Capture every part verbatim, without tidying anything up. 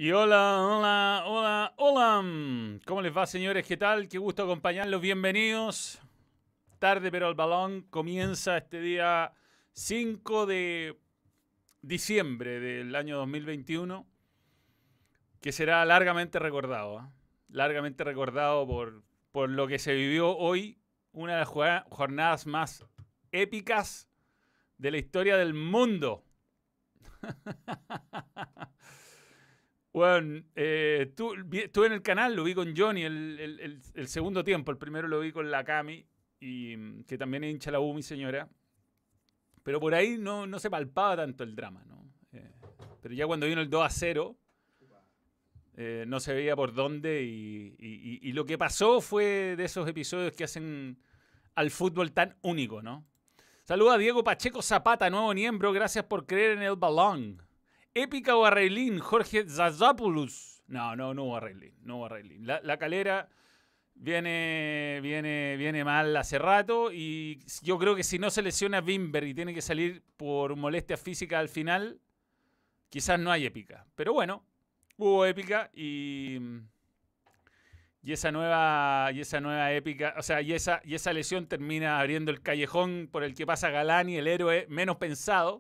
Y hola, hola, hola, hola. ¿Cómo les va, señores? ¿Qué tal? Qué gusto acompañarlos. Bienvenidos. Tarde, pero el balón comienza este día cinco de diciembre del año dos mil veintiuno, que será largamente recordado. ¿eh? Largamente recordado por, por lo que se vivió hoy, una de las jornadas más épicas de la historia del mundo. Bueno, eh, tú, estuve en el canal, lo vi con Johnny el, el, el, el segundo tiempo. El primero lo vi con la Cami, y, que también es hincha la U, mi señora. Pero por ahí no, no se palpaba tanto el drama, ¿no? Eh, pero ya cuando vino el dos a cero, eh, no se veía por dónde. Y, y, y lo que pasó fue de esos episodios que hacen al fútbol tan único, ¿no? Saluda a Diego Pacheco Zapata, nuevo miembro. Gracias por creer en el balón. Épica o Arreilín, Jorge Zazapoulos. No, no, no hubo Arreilín, no hubo Arreilín. La, la Calera viene, viene, viene mal hace rato, y yo creo que si no se lesiona Bimber y tiene que salir por molestia física al final, quizás no hay épica. Pero bueno, hubo épica y, y esa nueva y esa nueva épica, o sea, y esa, y esa lesión termina abriendo el callejón por el que pasa Galani, el héroe menos pensado.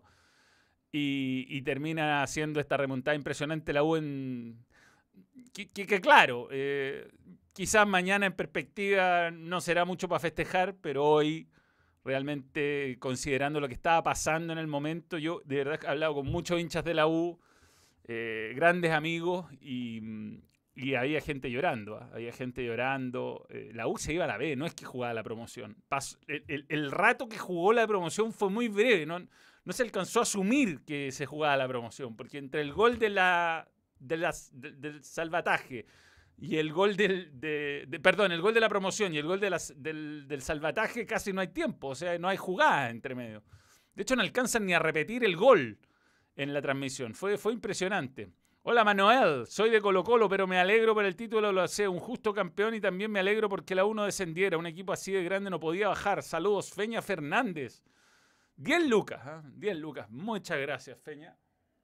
Y, y termina haciendo esta remontada impresionante la U en... Que, que, que claro, eh, quizás mañana en perspectiva no será mucho para festejar, pero hoy, realmente, considerando lo que estaba pasando en el momento, yo de verdad he hablado con muchos hinchas de la U, eh, grandes amigos, y, y había gente llorando, ¿eh? Había gente llorando. Eh, la U se iba a la B, no es que jugaba la promoción. Pasó, el, el, el rato que jugó la promoción fue muy breve, ¿no? No se alcanzó a asumir que se jugaba la promoción, porque entre el gol de la, de las, de, del salvataje y el gol del, de, de, perdón, el gol de la promoción y el gol de las, del, del salvataje casi no hay tiempo, o sea, no hay jugada entre medio. De hecho, no alcanzan ni a repetir el gol en la transmisión. Fue, fue impresionante. Hola Manuel, soy de Colo Colo, pero me alegro por el título, lo hace un justo campeón, y también me alegro porque la U no descendiera. Un equipo así de grande no podía bajar. Saludos, Feña Fernández. diez lucas, ¿eh? diez lucas. Muchas gracias, Feña.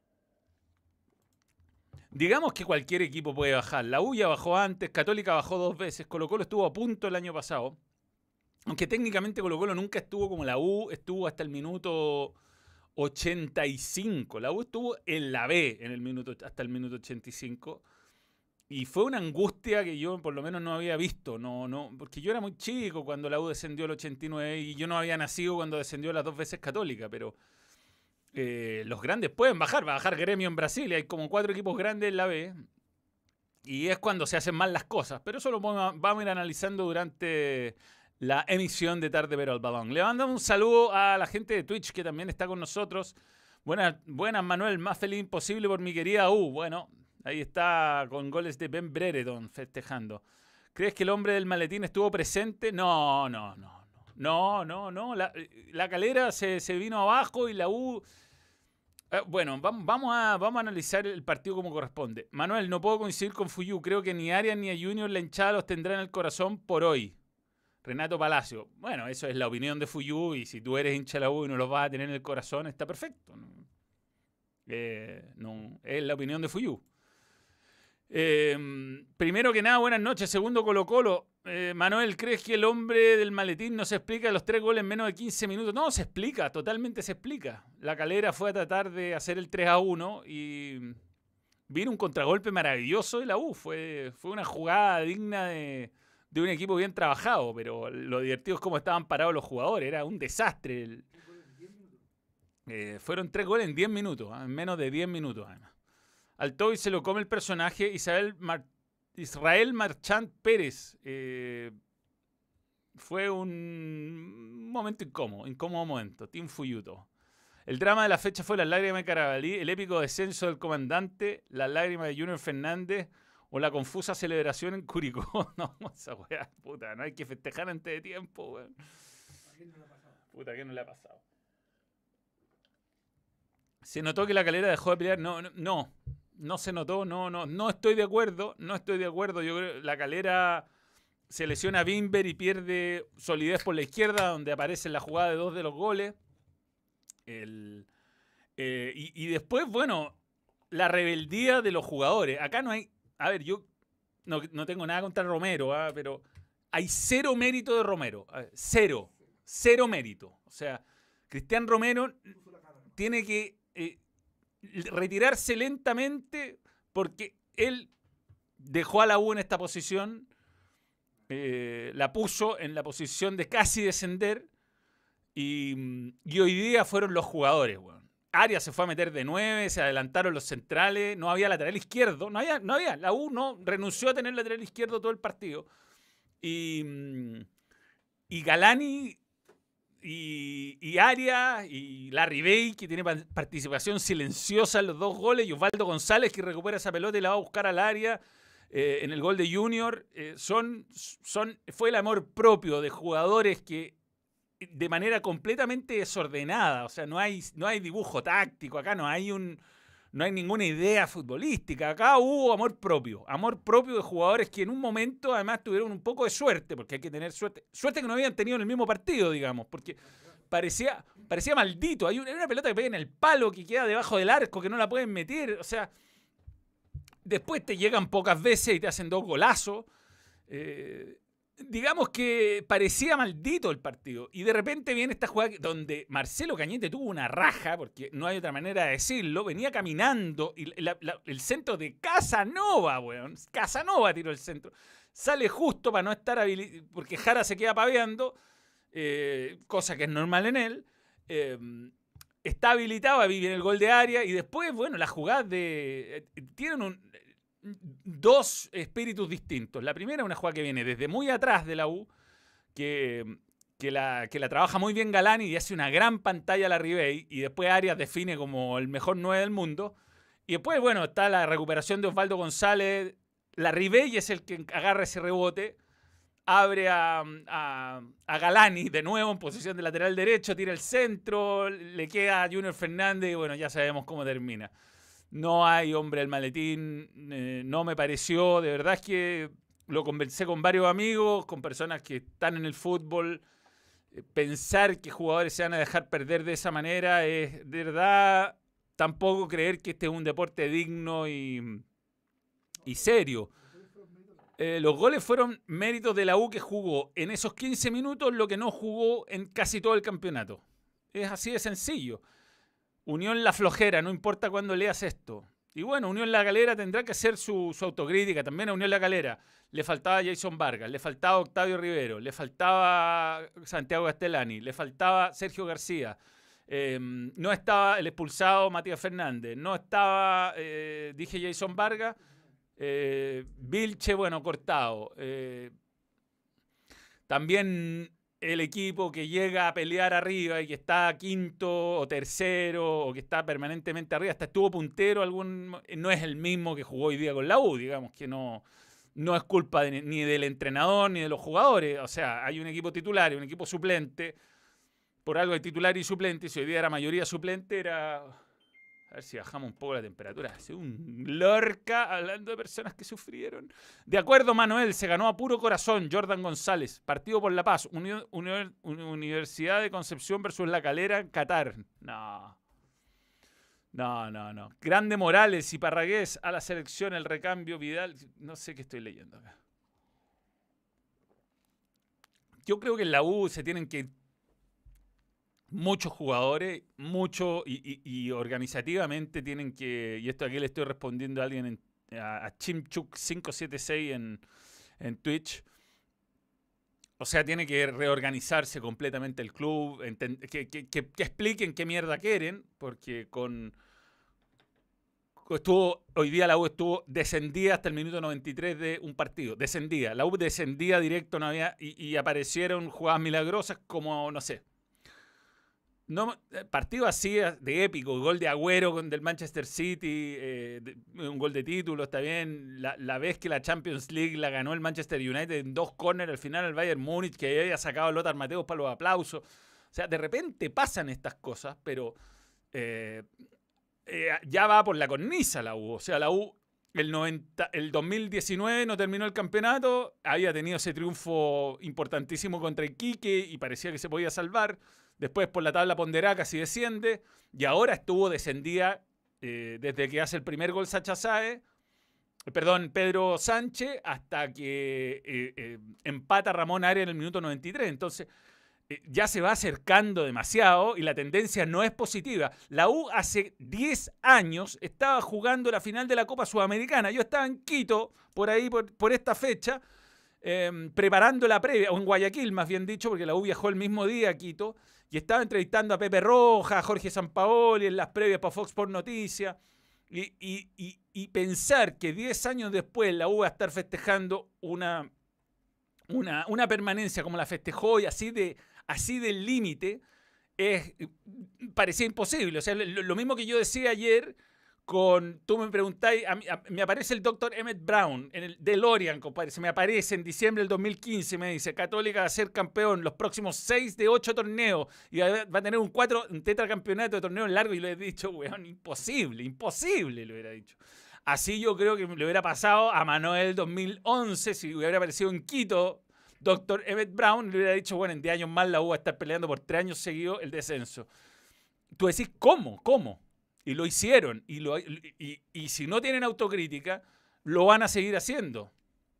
Digamos que cualquier equipo puede bajar. La U ya bajó antes, Católica bajó dos veces, Colo Colo estuvo a punto el año pasado. Aunque técnicamente Colo Colo nunca estuvo como la U, estuvo hasta el minuto ochenta y cinco. La U estuvo en la B en el minuto, hasta el minuto ochenta y cinco. Y fue una angustia que yo por lo menos no había visto, no, no, porque yo era muy chico cuando la U descendió el ochenta y nueve y yo no había nacido cuando descendió las dos veces Católica, pero eh, los grandes pueden bajar, va a bajar Gremio en Brasil, hay como cuatro equipos grandes en la B, y es cuando se hacen mal las cosas, pero eso lo vamos a ir analizando durante la emisión de Tarde Pero al Balón. Le mando un saludo a la gente de Twitch que también está con nosotros. Buenas, buenas Manuel, más feliz imposible por mi querida U. Bueno, ahí está con goles de Ben Brereton festejando. ¿Crees que el hombre del maletín estuvo presente? No, no, no. No, no, no. La, la Calera se, se vino abajo y la U... Eh, bueno, vamos, vamos, a, vamos a analizar el partido como corresponde. Manuel, no puedo coincidir con Fuyu. Creo que ni Arias ni a Junior la hinchada los tendrá en el corazón por hoy. Renato Palacio. Bueno, eso es la opinión de Fuyu, y si tú eres hincha de la U y no los vas a tener en el corazón, está perfecto. ¿no? Eh, no, es la opinión de Fuyu. Eh, primero que nada, buenas noches. Segundo, Colo Colo. Eh, Manuel, ¿crees que el hombre del maletín no se explica los tres goles en menos de quince minutos? No, se explica, totalmente se explica. La Calera fue a tratar de hacer el tres a uno y vino un contragolpe maravilloso de la U. Fue, fue una jugada digna de, de un equipo bien trabajado, pero lo divertido es cómo estaban parados los jugadores. Era un desastre. Eh, fueron tres goles en diez minutos, en menos de diez minutos además. Al Toby se lo come el personaje Isabel Mar Israel Marchant Pérez. Eh, fue un momento incómodo, incómodo momento. Team Fuyuto. El drama de la fecha fue las lágrimas de Carabalí, el épico descenso del comandante, las lágrimas de Junior Fernández o la confusa celebración en Curicó. No, esa weá, puta, no hay que festejar antes de tiempo, weón. ¿A quién no le ha pasado? Puta, ¿qué no le ha pasado? ¿Se notó que la Calera dejó de pelear? No, no, no. No se notó, no, no, no estoy de acuerdo, no estoy de acuerdo. Yo creo que la Calera se lesiona a Bimber y pierde solidez por la izquierda, donde aparece en la jugada de dos de los goles. El, eh, y, y después, bueno, la rebeldía de los jugadores. Acá no hay... A ver, yo no, no tengo nada contra Romero, ¿eh? Pero hay cero mérito de Romero. Cero. Cero mérito. O sea, Cristian Romero tiene que eh, retirarse lentamente porque él dejó a la U en esta posición, eh, la puso en la posición de casi descender y, y hoy día fueron los jugadores, bueno. Arias se fue a meter de nueve, se adelantaron los centrales, no había lateral izquierdo, no había, no había, la U no renunció a tener lateral izquierdo todo el partido. Y, y Galani y, y Arias y Larry Bay, que tiene participación silenciosa en los dos goles, y Osvaldo González, que recupera esa pelota y la va a buscar al área eh, en el gol de Junior, eh, son, son, fue el amor propio de jugadores que de manera completamente desordenada, o sea, no hay, no hay dibujo táctico, acá no hay un, no hay ninguna idea futbolística, acá hubo amor propio, amor propio de jugadores que en un momento además tuvieron un poco de suerte, porque hay que tener suerte, suerte que no habían tenido en el mismo partido, digamos, porque parecía, parecía maldito, hay una, hay una pelota que pega en el palo, que queda debajo del arco, que no la pueden meter, o sea, después te llegan pocas veces y te hacen dos golazos, eh, digamos que parecía maldito el partido. Y de repente viene esta jugada donde Marcelo Cañete tuvo una raja, porque no hay otra manera de decirlo. Venía caminando y la, la, el centro de Casanova, weón. Casanova tiró el centro. Sale justo para no estar habilitado, porque Jara se queda paveando, eh, cosa que es normal en él. Eh, está habilitado, ahí viene el gol de área. Y después, bueno, las jugadas de... Eh, tienen un... dos espíritus distintos. La primera es una jugada que viene desde muy atrás de la U, que, que, la, que la trabaja muy bien Galani y hace una gran pantalla a la Ribey, y después Arias define como el mejor nueve del mundo. Y después, bueno, está la recuperación de Osvaldo González. La Ribey es el que agarra ese rebote, abre a, a, a Galani de nuevo en posición de lateral derecho, tira el centro, le queda a Junior Fernández y bueno, ya sabemos cómo termina. No hay hombre al maletín, eh, no me pareció, de verdad es que lo conversé con varios amigos, con personas que están en el fútbol. Eh, pensar que jugadores se van a dejar perder de esa manera es, de verdad, tampoco creer que este es un deporte digno y, y serio. Eh, los goles fueron méritos de la U, que jugó en esos quince minutos lo que no jugó en casi todo el campeonato. Es así de sencillo. Unión la flojera, no importa cuándo leas esto. Y bueno, Unión La Calera tendrá que hacer su, su autocrítica. También a Unión La Calera le faltaba Jason Vargas, le faltaba Octavio Rivero, le faltaba Santiago Castellani, le faltaba Sergio García. Eh, no estaba el expulsado Matías Fernández, no estaba, eh, dije Jason Vargas, eh, Vilche, bueno, cortado. Eh, también... el equipo que llega a pelear arriba y que está quinto o tercero o que está permanentemente arriba, hasta estuvo puntero, algún, no es el mismo que jugó hoy día con la U, digamos que no, no es culpa de, ni del entrenador ni de los jugadores. O sea, hay un equipo titular y un equipo suplente, por algo hay titular y suplente, y si hoy día era mayoría suplente, era... A ver si bajamos un poco la temperatura. Hace un Lorca hablando de personas que sufrieron. De acuerdo, Manuel, se ganó a puro corazón. Jordan González, Partido por la Paz. Uni Uni Universidad de Concepción versus La Calera, Qatar. No. No, no, no. Grande Morales y Parragués a la selección, el recambio, Vidal. No sé qué estoy leyendo acá. Yo creo que en la U se tienen que... muchos jugadores, mucho y, y, y organizativamente tienen que, y esto aquí le estoy respondiendo a alguien, en, a, a Chimchuk cinco siete seis en, en Twitch, o sea, tiene que reorganizarse completamente el club, que, que, que, que expliquen qué mierda quieren, porque con... Estuvo, hoy día la U estuvo descendida hasta el minuto noventa y tres de un partido, descendía, la U descendía directo, no había, y, y aparecieron jugadas milagrosas como, no sé, no, partido así de épico, gol de Agüero con del Manchester City, eh, de, un gol de título, está bien. La, la vez que la Champions League la ganó el Manchester United en dos córneres al final al Bayern Múnich, que había sacado a Lothar Matthäus para los aplausos. O sea, de repente pasan estas cosas, pero eh, eh, ya va por la cornisa la U. O sea, la U el, noventa, el dos mil diecinueve no terminó el campeonato, había tenido ese triunfo importantísimo contra Iquique y parecía que se podía salvar. Después por la tabla ponderada casi desciende y ahora estuvo descendida eh, desde que hace el primer gol Sacha Sáez, perdón, Pedro Sánchez, hasta que eh, eh, empata Ramón Arias en el minuto noventa y tres. Entonces, eh, ya se va acercando demasiado y la tendencia no es positiva. La U hace diez años estaba jugando la final de la Copa Sudamericana. Yo estaba en Quito, por ahí, por, por esta fecha, eh, preparando la previa, o en Guayaquil más bien dicho, porque la U viajó el mismo día a Quito, y estaba entrevistando a Pepe Roja, a Jorge Sampaoli en las previas para Fox Sports Noticias. Y, y, y, y pensar que diez años después la U va a estar festejando una, una, una permanencia como la festejó y así de así del límite, es, parecía imposible. O sea, lo, lo mismo que yo decía ayer con, tú me preguntáis, a mí, a, me aparece el doctor Emmett Brown en el DeLorean, compadre, se me aparece en diciembre del dos mil quince, me dice, Católica va a ser campeón los próximos seis de ocho torneos y va, va a tener un, cuatro, un tetracampeonato de torneos largos, y le he dicho, weón, imposible, imposible, le hubiera dicho. Así yo creo que le hubiera pasado a Manuel dos mil once, si hubiera aparecido en Quito, doctor Emmett Brown, le hubiera dicho, bueno, en diez años más la U va a estar peleando por tres años seguidos el descenso. Tú decís, ¿cómo? ¿Cómo? Y lo hicieron. Y, lo, y, y, y si no tienen autocrítica, lo van a seguir haciendo.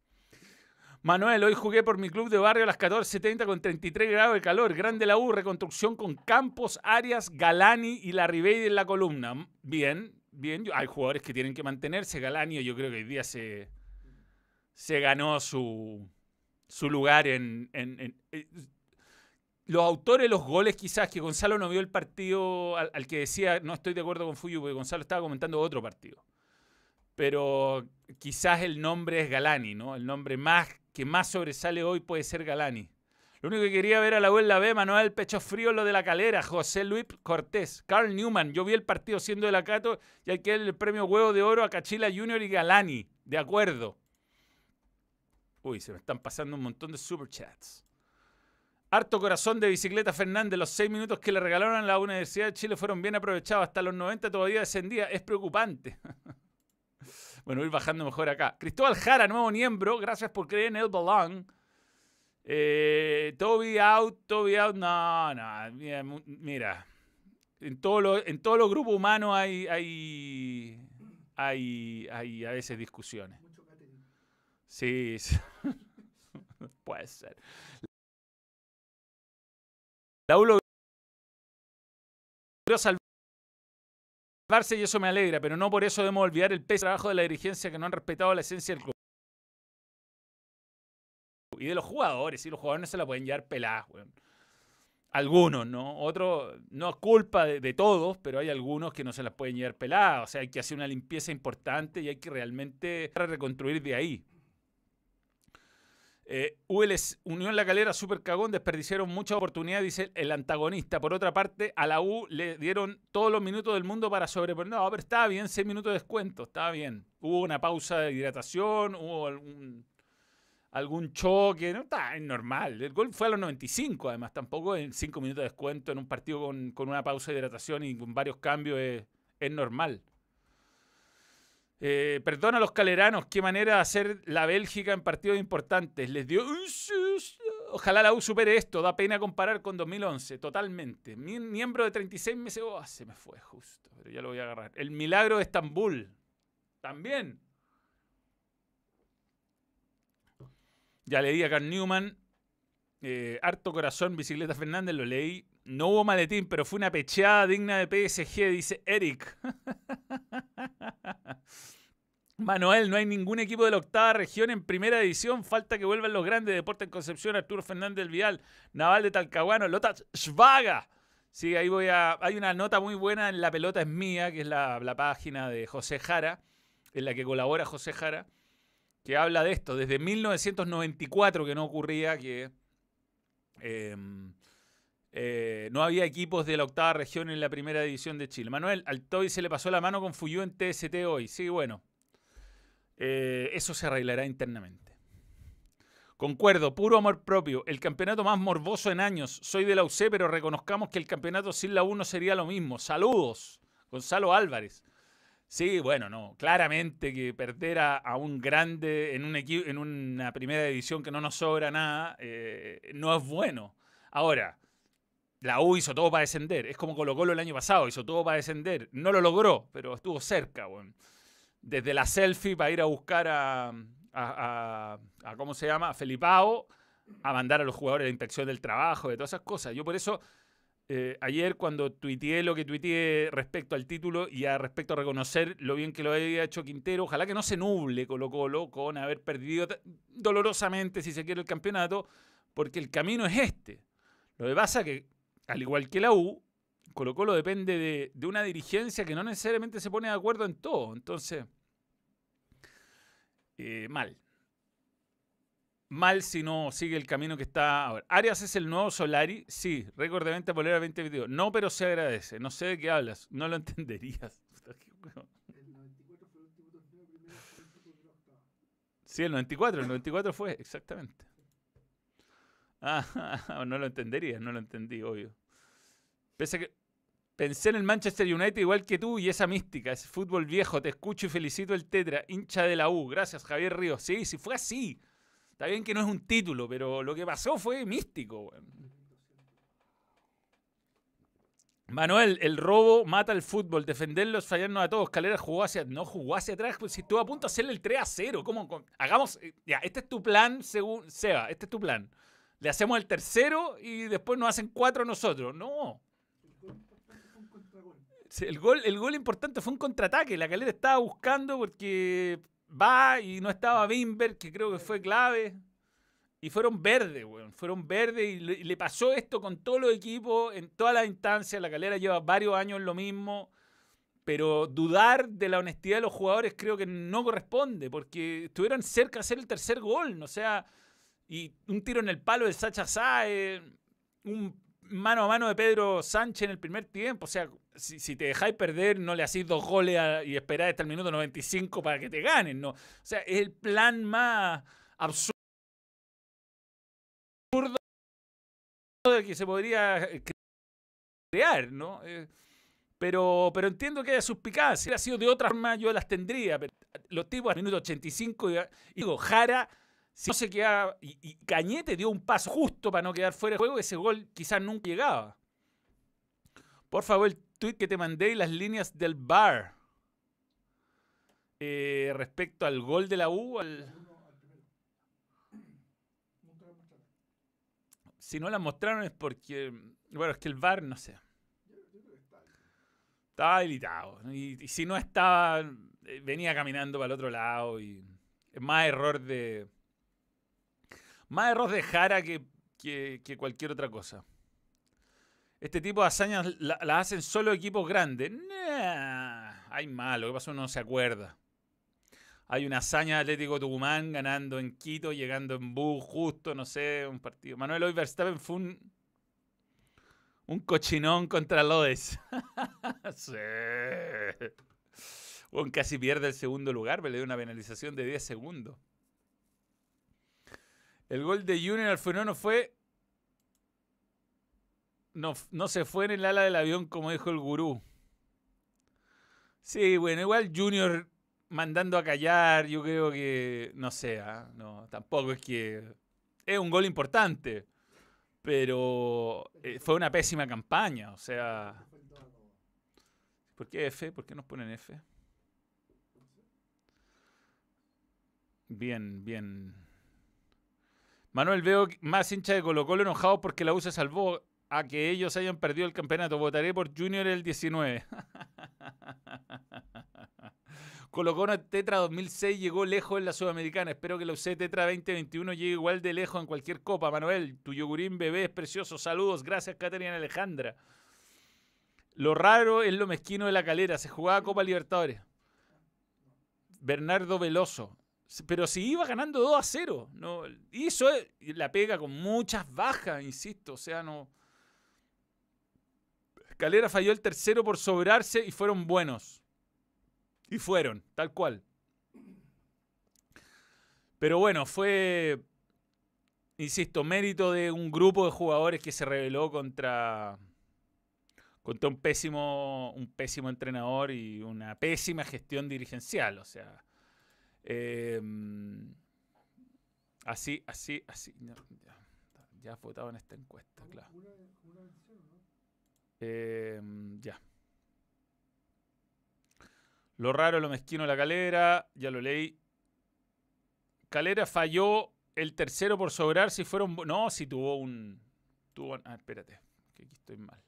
Manuel, hoy jugué por mi club de barrio a las catorce setenta con treinta y tres grados de calor. Grande la U, reconstrucción con Campos, Arias, Galani y la Ribeira en la columna. Bien, bien. Hay jugadores que tienen que mantenerse. Galani, yo creo que hoy día se, se ganó su, su lugar en... en, en, en los autores de los goles, quizás, que Gonzalo no vio el partido al, al que decía, no estoy de acuerdo con Fuyu, porque Gonzalo estaba comentando otro partido. Pero quizás el nombre es Galani, ¿no? El nombre más que más sobresale hoy puede ser Galani. Lo único que quería ver a la U en la B, Manuel Pecho Frío, lo de la Calera, José Luis Cortés, Carl Newman. Yo vi el partido siendo de la Cato y hay que darle el premio Huevo de Oro a Cachila Junior y Galani. De acuerdo. Uy, se me están pasando un montón de superchats. Harto corazón de Bicicleta Fernández. Los seis minutos que le regalaron a la Universidad de Chile fueron bien aprovechados. Hasta los noventa todavía descendía. Es preocupante. Bueno, ir bajando mejor acá. Cristóbal Jara, nuevo miembro. Gracias por creer en el Belong. Eh, Toby out, Toby out. No, no. Mira, mira. En todos los en todo lo grupos humanos hay, hay, hay, hay a veces discusiones. Sí, sí. Puede ser. La U logró salvarse y eso me alegra, pero no por eso debemos olvidar el peso trabajo de la dirigencia que no han respetado la esencia del club. Y de los jugadores, y los jugadores no se la pueden llevar peladas, weón. Algunos, ¿no? Otros, no es culpa de, de todos, pero hay algunos que no se las pueden llevar peladas. O sea, hay que hacer una limpieza importante y hay que realmente reconstruir de ahí. Eh, U L S, Unión La Calera, super cagón, desperdiciaron mucha oportunidad, dice el antagonista. Por otra parte, a la U le dieron todos los minutos del mundo para sobreponer. No, pero estaba bien, seis minutos de descuento, estaba bien. Hubo una pausa de hidratación, hubo algún, algún choque, no, está es normal. El gol fue a los noventa y cinco, además, tampoco en cinco minutos de descuento en un partido con, con una pausa de hidratación y con varios cambios es, es normal. Eh, perdona a los caleranos, qué manera de hacer la Bélgica en partidos importantes. Les dio... Ojalá la U supere esto, da pena comparar con dos mil once, totalmente. Mi miembro de treinta y seis meses, oh, se me fue justo, pero ya lo voy a agarrar. El milagro de Estambul, también. Ya le di a Carl Newman, eh, harto corazón, Bicicleta Fernández, lo leí. No hubo maletín, pero fue una pecheada digna de P S G, dice Eric. Manuel, no hay ningún equipo de la octava región en primera división. Falta que vuelvan los grandes. Deportes en Concepción, Arturo Fernández del Vial, Naval de Talcahuano, Lota Schwaga. Sí, ahí voy a... Hay una nota muy buena en La Pelota es Mía, que es la, la página de José Jara, en la que colabora José Jara, que habla de esto. Desde mil novecientos noventa y cuatro que no ocurría que... Eh, Eh, no había equipos de la octava región en la primera división de Chile. Manuel, al Toby se le pasó la mano con Fuyú en T S T hoy. Sí, bueno. Eh, eso se arreglará internamente. Concuerdo, puro amor propio. El campeonato más morboso en años. Soy de la U C, pero reconozcamos que el campeonato sin la U no sería lo mismo. Saludos, Gonzalo Álvarez. Sí, bueno, no. Claramente que perder a, a un grande en, un equipo, en una primera división que no nos sobra nada, eh, no es bueno. Ahora... La U hizo todo para descender. Es como Colo-Colo el año pasado, hizo todo para descender. No lo logró, pero estuvo cerca, bueno. Desde la selfie para ir a buscar a, a, a, a ¿cómo se llama? A Felipao, a mandar a los jugadores de inspección del trabajo, de todas esas cosas. Yo por eso, eh, ayer cuando tuiteé lo que tuiteé respecto al título y a respecto a reconocer lo bien que lo había hecho Quintero, ojalá que no se nuble Colo-Colo con haber perdido dolorosamente, si se quiere, el campeonato, porque el camino es este. Lo que pasa es que, al igual que la U, Colo-Colo depende de, de una dirigencia que no necesariamente se pone de acuerdo en todo. Entonces, eh, mal. Mal si no sigue el camino que está ahora. ¿Arias es el nuevo Solari? Sí. Récord de venta polera veinte veintidós. No, pero se agradece. No sé de qué hablas. No lo entenderías. Sí, el noventa y cuatro. El noventa y cuatro fue, exactamente. Ah, no lo entendería. No lo entendí, obvio. Pese a que pensé en el Manchester United igual que tú y esa mística, ese fútbol viejo. Te escucho y felicito el Tetra, hincha de la U. Gracias, Javier Ríos. Sí, sí fue así. Está bien que no es un título, pero lo que pasó fue místico. Bueno. Manuel, el robo mata el fútbol. Defenderlo es fallarnos a todos. Calera jugó hacia... No jugó hacia atrás, pues si estuvo a punto de hacerle el tres a cero. ¿Cómo? Hagamos... Ya, este es tu plan, según Seba. Este es tu plan. Le hacemos el tercero y después nos hacen cuatro nosotros. No. El gol, el gol importante fue un contraataque. La Calera estaba buscando porque va y no estaba Bimber, que creo que fue clave. Y fueron verdes, weón. Fueron verdes y le, y le pasó esto con todos los equipos, en todas las instancias. La Calera lleva varios años en lo mismo. Pero dudar de la honestidad de los jugadores creo que no corresponde, porque estuvieron cerca de hacer el tercer gol. ¿No? O sea, y un tiro en el palo de Sacha Sáez, un mano a mano de Pedro Sánchez en el primer tiempo. O sea, si, si te dejáis perder, no le hacéis dos goles a, y esperáis hasta el minuto noventa y cinco para que te ganen. ¿No? O sea, es el plan más absurdo que se podría crear, ¿no? Eh, pero, pero entiendo que haya suspicacia. Si hubiera sido de otra forma, yo las tendría. Pero los tipos al minuto ochenta y cinco, y, y digo, Jara, si no se quedaba, y, y Cañete dio un paso justo para no quedar fuera de juego, ese gol quizás nunca llegaba. Por favor, el tweet que te mandé y las líneas del V A R. Eh, respecto al gol de la U, al... Si no las mostraron es porque, bueno, es que el V A R, no sé. Estaba habilitado. Y, y si no estaba, venía caminando para el otro lado. Y es más error de... Más error de Jara que, que, que cualquier otra cosa. Este tipo de hazañas las la hacen solo equipos grandes. Nah, hay más, lo que pasa uno no se acuerda. Hay una hazaña de Atlético Tucumán ganando en Quito, llegando en bus justo, no sé, un partido. Manuel hoy Verstappen fue un, un cochinón contra Lodes. Sí. Bueno, casi pierde el segundo lugar, pero le dio una penalización de diez segundos. El gol de Junior al Fenómeno fue... No, no se fue en el ala del avión como dijo el gurú. Sí, bueno, igual Junior mandando a callar, yo creo que, no sé, ¿eh? No, tampoco es que... Es un gol importante, pero eh, fue una pésima campaña, o sea... ¿Por qué F? ¿Por qué nos ponen F? Bien, bien. Manuel, veo más hincha de Colo-Colo enojados porque la U se salvó a que ellos hayan perdido el campeonato. Votaré por Junior el diecinueve. Colo-Colo Tetra dos mil seis llegó lejos en la Sudamericana. Espero que la U C Tetra veinte veintiuno llegue igual de lejos en cualquier copa. Manuel, tu yogurín bebé es precioso. Saludos. Gracias, Caterina Alejandra. Lo raro es lo mezquino de la Calera. Se jugaba Copa Libertadores. Bernardo Veloso. Pero si iba ganando dos a cero. No, hizo la pega con muchas bajas, insisto. O sea, no... Calera falló el tercero por sobrarse y fueron buenos. Y fueron, tal cual. Pero bueno, fue, insisto, mérito de un grupo de jugadores que se rebeló contra, contra un pésimo, un pésimo entrenador y una pésima gestión dirigencial. O sea, eh, así, así, así. Ya has votado en esta encuesta, Una, claro. una, una bendición, ¿no? Eh, ya. Lo raro, lo mezquino de la Calera, ya lo leí. Calera falló el tercero por sobrar si fueron... No, si tuvo un... Tuvo, ah, espérate, que aquí estoy mal.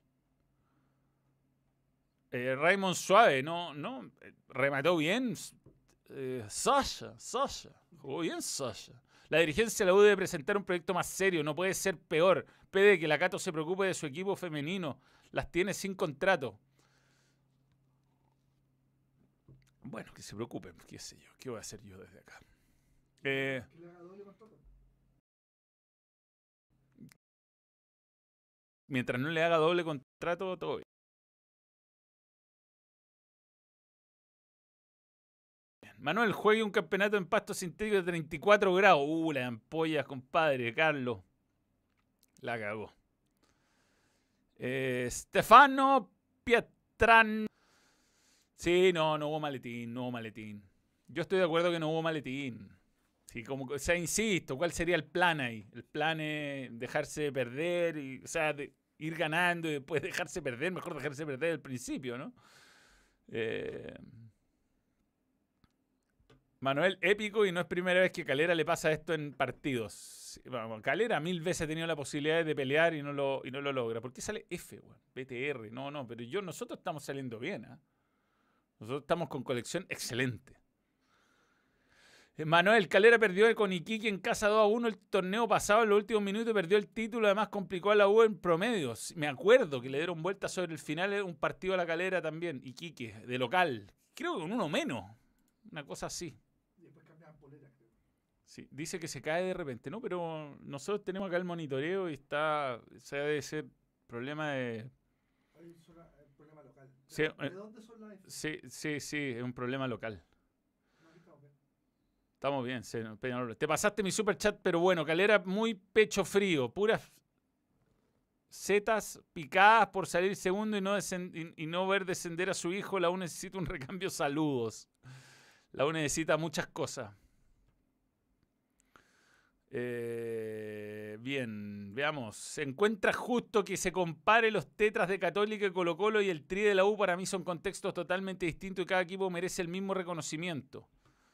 Eh, Raymond Suave, no, no, eh, remató bien. Eh, Sasha, Sasha, jugó bien Sasha. La dirigencia de la U debe presentar un proyecto más serio, no puede ser peor. Pide que la Cato se preocupe de su equipo femenino, las tiene sin contrato. Bueno, que se preocupen, qué sé yo, qué voy a hacer yo desde acá. Eh, Que le haga doble contrato. mientras no le haga doble contrato, todo bien. Manuel, juegue un campeonato en pasto sintético de treinta y cuatro grados. Uh, las ampollas, compadre, Carlos. La cagó. Eh, Stefano Pietran. Sí, no, no hubo maletín, no hubo maletín. Yo estoy de acuerdo que no hubo maletín. Sí, como, o sea, insisto, ¿cuál sería el plan ahí? El plan es dejarse perder, y, o sea, de ir ganando y después dejarse perder. Mejor dejarse perder al principio, ¿no? Eh, Manuel, épico, y no es primera vez que Calera le pasa esto en partidos. Bueno, Calera mil veces ha tenido la posibilidad de pelear y no lo, y no lo logra. ¿Por qué sale F, güey? B T R, no, no, pero yo, nosotros estamos saliendo bien, ¿eh? Nosotros estamos con colección excelente. Manuel, Calera perdió con Iquique en casa dos a uno el torneo pasado en los últimos minutos y perdió el título. Además complicó a la U en promedios. Me acuerdo que le dieron vuelta sobre el final un partido a la Calera también, Iquique, de local. Creo que con uno menos. Una cosa así. Y después cambiaban polera, creo. Sí, dice que se cae de repente, ¿no? Pero nosotros tenemos acá el monitoreo y está... O sea, debe ser problema de... Hay un sola- eh, problema local. ¿De, Sí, dónde- eh, ¿De dónde son las F? Sí, sí, sí, es un problema local. No, aquí estamos bien. Estamos bien, sí, no, Peñarol. Te pasaste mi super chat, pero bueno, Calera muy pecho frío, puras setas picadas por salir segundo y no, descend- y, y no ver descender a su hijo. La U necesita un recambio, saludos. La U necesita muchas cosas. Eh, bien, veamos. Se encuentra justo que se compare los tetras de Católica y Colo Colo y el tri de la U. Para mí son contextos totalmente distintos y cada equipo merece el mismo reconocimiento.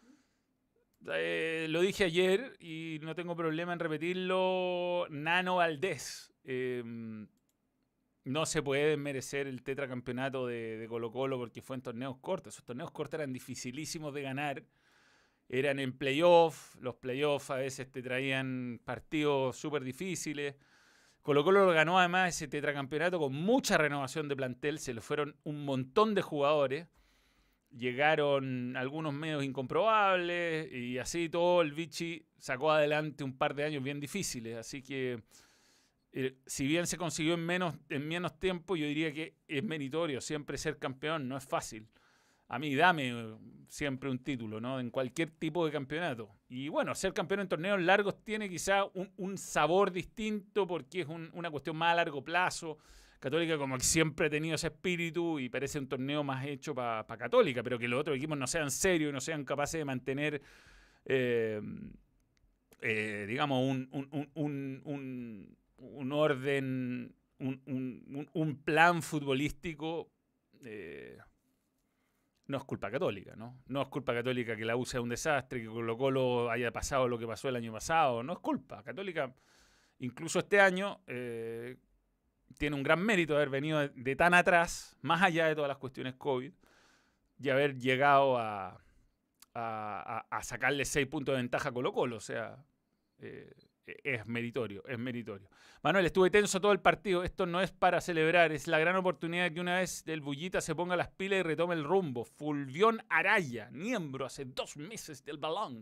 Eh, lo dije ayer y no tengo problema en repetirlo. Nano Valdés. Eh, no se puede merecer el tetracampeonato de, de Colo Colo porque fue en torneos cortos. Esos torneos cortos eran dificilísimos de ganar. Eran en playoff. Los playoffs a veces te traían partidos súper difíciles. Colo Colo lo ganó además ese tetracampeonato con mucha renovación de plantel. Se le fueron un montón de jugadores. Llegaron algunos medios incomprobables y así todo el Vichy sacó adelante un par de años bien difíciles. Así que eh, si bien se consiguió en menos, en menos tiempo, yo diría que es meritorio. Siempre ser campeón no es fácil. A mí dame siempre un título, ¿no? En cualquier tipo de campeonato. Y bueno, ser campeón en torneos largos tiene quizá un, un sabor distinto porque es un, una cuestión más a largo plazo. Católica como que siempre ha tenido ese espíritu y parece un torneo más hecho para pa Católica, pero que los otros equipos no sean serios y no sean capaces de mantener, eh, eh, digamos, un, un, un, un, un orden, un, un, un plan futbolístico. Eh, no es culpa Católica, ¿no? No es culpa Católica que la U sea un desastre, que Colo Colo haya pasado lo que pasó el año pasado. No es culpa. Católica, incluso este año... Eh, tiene un gran mérito de haber venido de, de tan atrás, más allá de todas las cuestiones COVID, y haber llegado a, a, a sacarle seis puntos de ventaja a Colo Colo. O sea, eh, es meritorio, es meritorio. Manuel, estuve tenso todo el partido. Esto no es para celebrar, es la gran oportunidad de que una vez el Bullita se ponga las pilas y retome el rumbo. Fulvión Araya, miembro hace dos meses del Balón.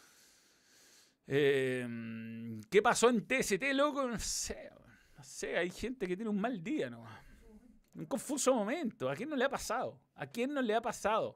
Eh, ¿Qué pasó en T S T, loco? No sé. No sé, hay gente que tiene un mal día, ¿no? Un confuso momento. ¿A quién no le ha pasado? ¿A quién no le ha pasado?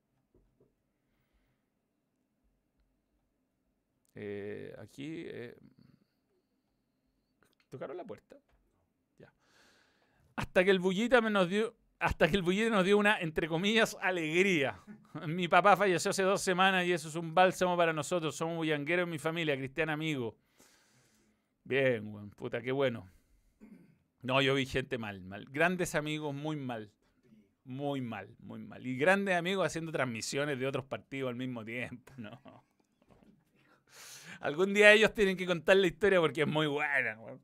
Eh, aquí... Eh, ¿tocaron la puerta? Ya. Hasta que el Bullita nos dio... Hasta que el Bullita nos dio una, entre comillas, alegría. Mi papá falleció hace dos semanas y eso es un bálsamo para nosotros. Somos bullangueros en mi familia, Cristian amigo. Bien, weón. Puta, qué bueno. No, yo vi gente mal, mal. Grandes amigos, muy mal. Muy mal, muy mal. Y grandes amigos haciendo transmisiones de otros partidos al mismo tiempo, ¿no? Algún día ellos tienen que contar la historia porque es muy buena, weón.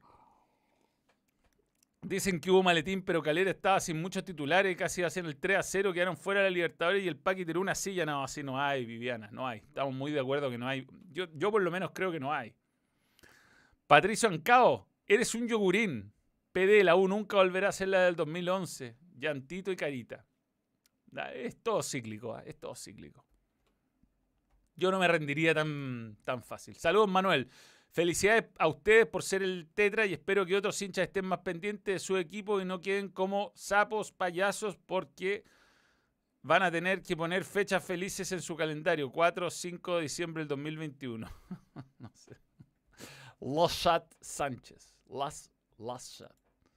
Dicen que hubo maletín, pero Calera estaba sin muchos titulares y casi hacían el tres a cero, quedaron fuera de la Libertadores y el Paqui tiró una silla. No, así no hay, Viviana, no hay. Estamos muy de acuerdo que no hay. Yo, yo por lo menos creo que no hay. Patricio Ancao, eres un yogurín. P D, la U nunca volverá a ser la del dos mil once. Llantito y carita. Es todo cíclico, es todo cíclico. Yo no me rendiría tan, tan fácil. Saludos, Manuel. Felicidades a ustedes por ser el tetra y espero que otros hinchas estén más pendientes de su equipo y no queden como sapos payasos porque van a tener que poner fechas felices en su calendario. cuatro o cinco de diciembre del dos mil veintiuno. No sé. Loshat Sánchez. Las, Lashat.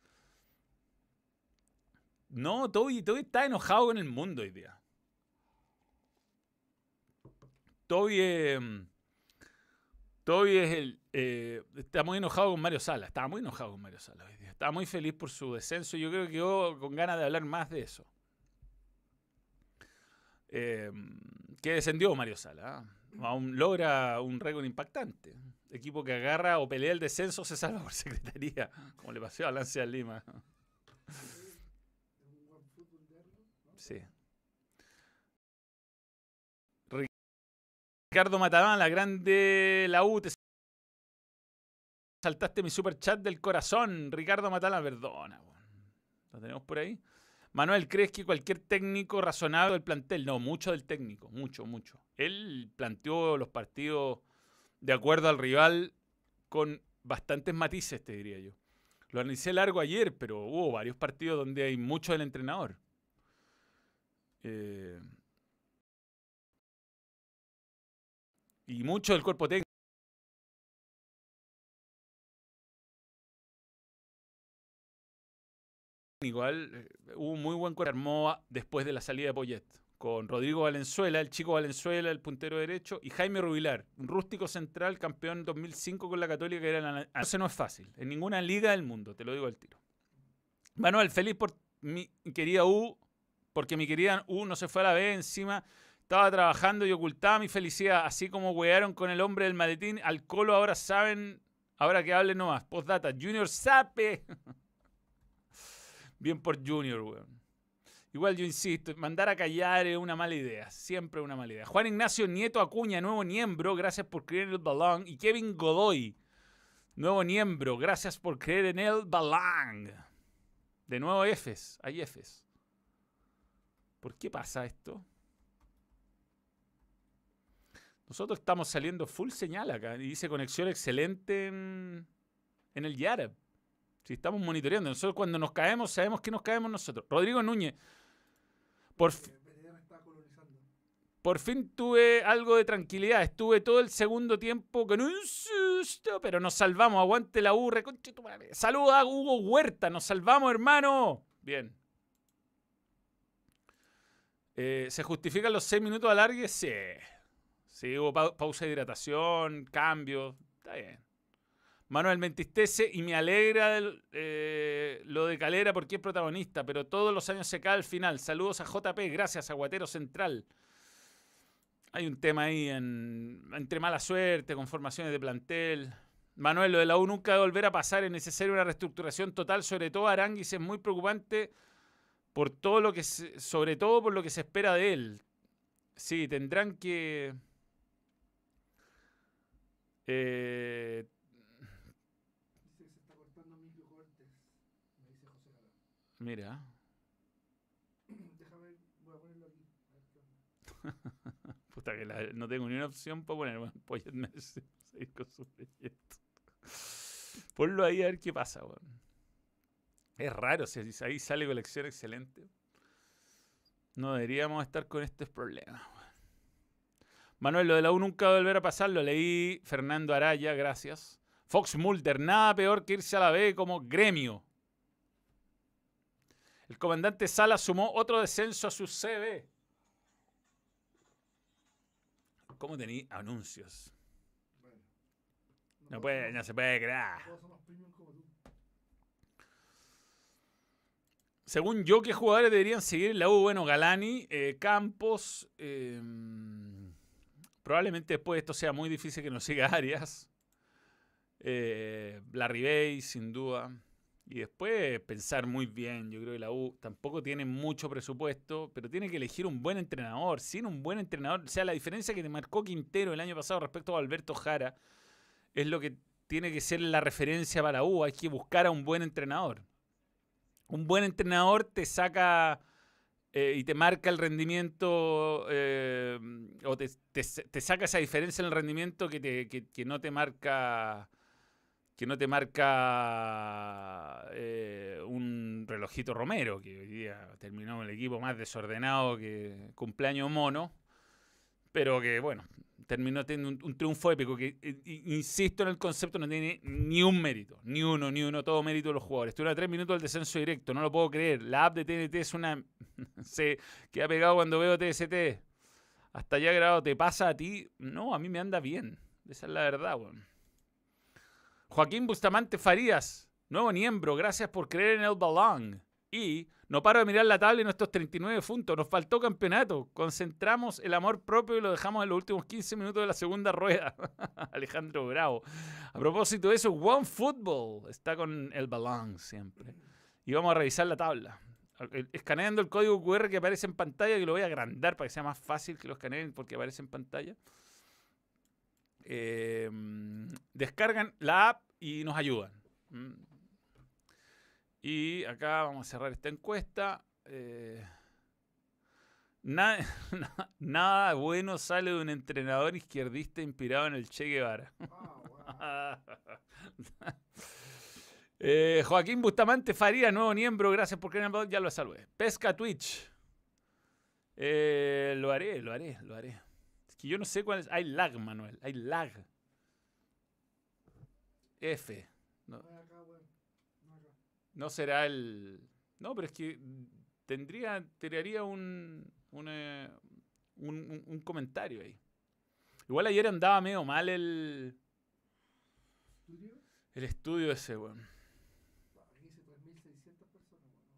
No, Toby, Toby está enojado con el mundo hoy día. Toby, eh, Toby es el, eh, está muy enojado con Mario Sala. Estaba muy enojado con Mario Sala hoy día. Estaba muy feliz por su descenso. Yo creo que quedó con ganas de hablar más de eso. Eh, que descendió Mario Sala. ¿eh? Aún logra un récord impactante. Equipo que agarra o pelea el descenso se salva por secretaría, como le pasó a Lancia Lima. Sí. Ricardo Matamán, la grande la U, te saltaste mi super chat del corazón. Ricardo Matamán, perdona. ¿Lo tenemos por ahí? Manuel, ¿crees que cualquier técnico razonable del plantel? No, mucho del técnico, mucho, mucho. Él planteó los partidos de acuerdo al rival con bastantes matices, te diría yo. Lo analicé largo ayer, pero hubo varios partidos donde hay mucho del entrenador. Eh, y mucho del cuerpo técnico. Igual eh, hubo un muy buen cuerpo armó después de la salida de Poyet, con Rodrigo Valenzuela, el chico Valenzuela, el puntero derecho, y Jaime Rubilar, un rústico central, campeón en dos mil cinco con la Católica, que era la... Eso no es fácil, en ninguna liga del mundo, te lo digo al tiro. Manuel, feliz por mi querida U, porque mi querida U no se fue a la B, encima estaba trabajando y ocultaba mi felicidad, así como huearon con el hombre del maletín, al Colo ahora saben, ahora que hablen nomás. Postdata, Junior Sape. Bien por Junior, weón. Igual yo insisto, mandar a callar es una mala idea. Siempre una mala idea. Juan Ignacio Nieto Acuña, nuevo miembro, gracias por creer en el balón. Y Kevin Godoy, nuevo miembro, gracias por creer en el balón. De nuevo Fs, hay Fs. ¿Por qué pasa esto? Nosotros estamos saliendo full señal acá. Y dice conexión excelente en, en el Yarab. Si estamos monitoreando. Nosotros cuando nos caemos sabemos que nos caemos nosotros. Rodrigo Núñez. Por, por fin tuve algo de tranquilidad. Estuve todo el segundo tiempo con un susto, pero nos salvamos. Aguante la U, reconche tu madre. Saludos a Hugo Huerta. Nos salvamos, hermano. Bien. Eh, ¿Se justifican los seis minutos de alargue? Sí. Sí, hubo pa pausa de hidratación, cambio. Está bien. Manuel, me entristece y me alegra el, eh, lo de Calera porque es protagonista, pero todos los años se cae al final. Saludos a J P, gracias, Aguatero Central. Hay un tema ahí en, entre mala suerte, con formaciones de plantel. Manuel, lo de la U nunca va a volver a pasar, es necesaria una reestructuración total, sobre todo Aranguis es muy preocupante por todo lo que se, sobre todo por lo que se espera de él. Sí, tendrán que... Eh, Mira. Déjame, voy a ponerlo aquí. Puta que la, no tengo ni una opción para poner. Bueno, Poyet merece seguir con su proyecto. Ponlo ahí a ver qué pasa, weón. Es raro, si ahí sale colección excelente. No deberíamos estar con estos problemas, weón. Manuel, lo de la U nunca va a volver a pasar. Lo leí. Fernando Araya, gracias. Fox Mulder, nada peor que irse a la B como gremio. El comandante Sala sumó otro descenso a su C V. ¿Cómo tení anuncios? Bueno, no No, puede, no se puede creer. Todos somos premium como tú. Según yo, ¿qué jugadores deberían seguir en la U? Bueno, Galani, eh, Campos. Eh, probablemente después esto sea muy difícil que nos siga Arias. Eh, Larribey, sin duda. Y después pensar muy bien. Yo creo que la U tampoco tiene mucho presupuesto, pero tiene que elegir un buen entrenador. Sin un buen entrenador, o sea, la diferencia que te marcó Quintero el año pasado respecto a Alberto Jara es lo que tiene que ser la referencia para la U. Hay que buscar a un buen entrenador. Un buen entrenador te saca eh, y te marca el rendimiento eh, o te, te, te saca esa diferencia en el rendimiento que, te, que, que no te marca que no te marca eh, un relojito Romero, que hoy día terminó el equipo más desordenado que cumpleaños mono, pero que bueno, terminó teniendo un, un triunfo épico que, eh, insisto en el concepto, no tiene ni un mérito, ni uno, ni uno, todo mérito de los jugadores. Estuvieron a tres minutos del descenso directo, no lo puedo creer. La app de T N T es una... se queda pegado cuando veo T S T. Hasta allá grado, ¿te pasa a ti? No, a mí me anda bien. Esa es la verdad, weón. Joaquín Bustamante Farías, nuevo miembro, gracias por creer en el balón. Y no paro de mirar la tabla y nuestros treinta y nueve puntos. Nos faltó campeonato. Concentramos el amor propio y lo dejamos en los últimos quince minutos de la segunda rueda. Alejandro Bravo. A propósito de eso, OneFootball está con el balón siempre. Y vamos a revisar la tabla. Escaneando el código cu erre que aparece en pantalla, que lo voy a agrandar para que sea más fácil que lo escaneen porque aparece en pantalla. Eh, descargan la app y nos ayudan. Y acá vamos a cerrar esta encuesta. Eh, nada, nada bueno sale de un entrenador izquierdista inspirado en el Che Guevara. Ah, wow. eh, Joaquín Bustamante Faría, nuevo miembro, gracias por creer en el... Ya lo saludé. Pesca Twitch. Eh, lo haré, lo haré, lo haré. Es que yo no sé cuál es. Hay lag, Manuel. Hay lag. F. No, No hay acá, weón. No hay acá. no será el... No, pero es que tendría, tendría un, un, eh, un, un, un comentario ahí. Igual ayer andaba medio mal el, ¿Estudio? el estudio ese, weón. Ah, aquí dice tres mil seiscientas personas, weón.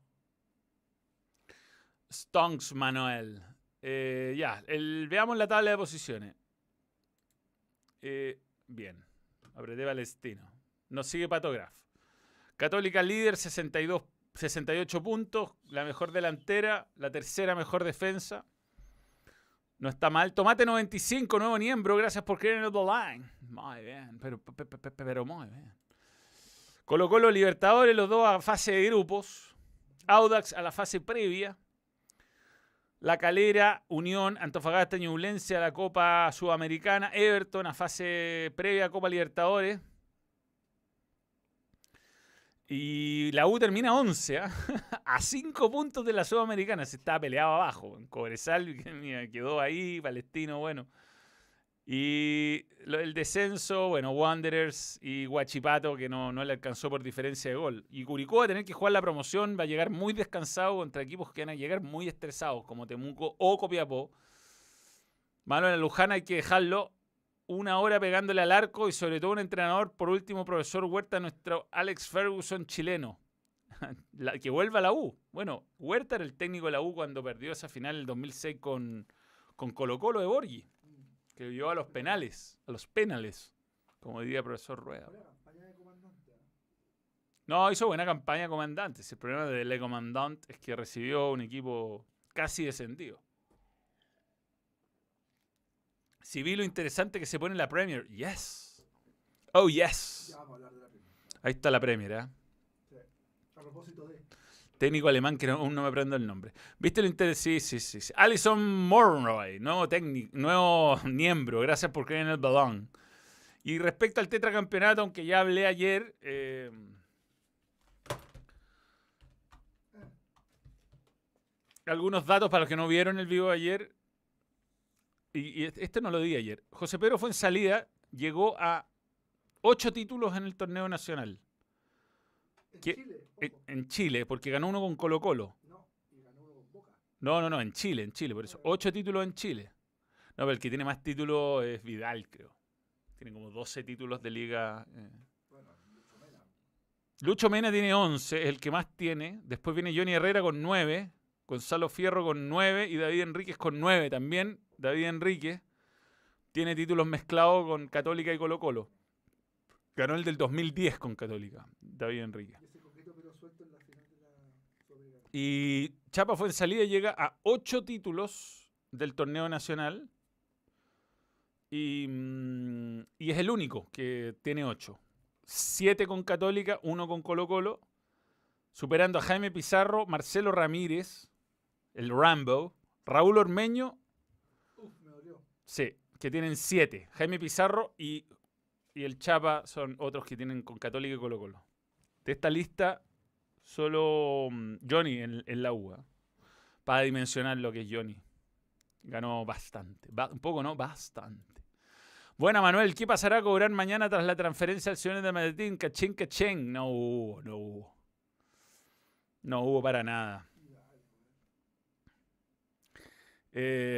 Stonks, Manuel. Eh, ya, el, veamos la tabla de posiciones. Eh, bien. Apreté Palestino. Nos sigue Patograph. Católica líder, sesenta y dos, sesenta y ocho puntos. La mejor delantera. La tercera mejor defensa. No está mal. Tomate noventa y cinco, nuevo miembro. Gracias por creer en el line. Muy bien. Pero, pero, pero muy bien. Colo Colo Libertadores, los dos a fase de grupos. Audax a la fase previa. La Calera, Unión, Antofagasta, Ñublense a la Copa Sudamericana. Everton a fase previa a Copa Libertadores. Y la U termina once, ¿eh? A cinco puntos de la Sudamericana. Se estaba peleado abajo. En Cobresal mira, quedó ahí, Palestino, bueno. Y el descenso, bueno, Wanderers y Huachipato, que no, no le alcanzó por diferencia de gol. Y Curicó va a tener que jugar la promoción, va a llegar muy descansado contra equipos que van a llegar muy estresados, como Temuco o Copiapó. Manuel Luján hay que dejarlo una hora pegándole al arco y sobre todo un entrenador, por último, profesor Huerta, nuestro Alex Ferguson chileno. La, que vuelva a la U. Bueno, Huerta era el técnico de la U cuando perdió esa final en el dos mil seis con, con Colo Colo de Borghi, que llevó a los penales, a los penales, como diría el profesor Rueda. Buena campaña de comandante, ¿eh? No, hizo buena campaña comandante. El problema de Le Comandant es que recibió un equipo casi descendido. Si vi lo interesante que se pone en la Premier. Yes. Oh, yes. Ya vamos a hablar de la primera. Ahí está la Premier, ¿eh? Sí. A propósito de. Técnico alemán que no, aún no me aprendo el nombre. ¿Viste lo interesante? Sí, sí, sí. Alison Monroy, nuevo técnico, nuevo miembro. Gracias por creer en el balón. Y respecto al tetracampeonato, aunque ya hablé ayer, eh, algunos datos para los que no vieron el vivo de ayer. Y, y este no lo di ayer. José Pedro Fuenzalida llegó a ocho títulos en el torneo nacional. En ¿Qué? Chile. En, Ojo. en Chile, porque ganó uno con Colo Colo. No, y ganó uno con Boca. No, no, no, en Chile, en Chile, por eso. Ocho títulos en Chile. No, pero el que tiene más títulos es Vidal, creo. Tiene como doce títulos de liga. Eh. Bueno, Lucho Mena. Lucho Mena tiene once, es el que más tiene. Después viene Johnny Herrera con nueve. Gonzalo Fierro con nueve. Y David Enríquez con nueve también. David Enríquez tiene títulos mezclados con Católica y Colo-Colo. Ganó el del dos mil diez con Católica, David Enríquez. Y ese coqueto pero suelto en la final de la Sudamericana. Y Chapa Fuenzalida llega a ocho títulos del torneo nacional. Y, mm, y es el único que tiene ocho. Siete con Católica, uno con Colo-Colo. Superando a Jaime Pizarro, Marcelo Ramírez, el Rambo, Raúl Ormeño. Uf, me dolió. Sí, que tienen siete. Jaime Pizarro y, y el Chapa son otros que tienen con Católica y Colo-Colo. De esta lista, solo um, Johnny en, en la U. ¿eh? Para dimensionar lo que es Johnny. Ganó bastante. Ba un poco, ¿no? Bastante. Buena, Manuel. ¿Qué pasará a cobrar mañana tras la transferencia al señor de Maletín? Cachín, cachín. No hubo, no hubo. No hubo para nada. Eh,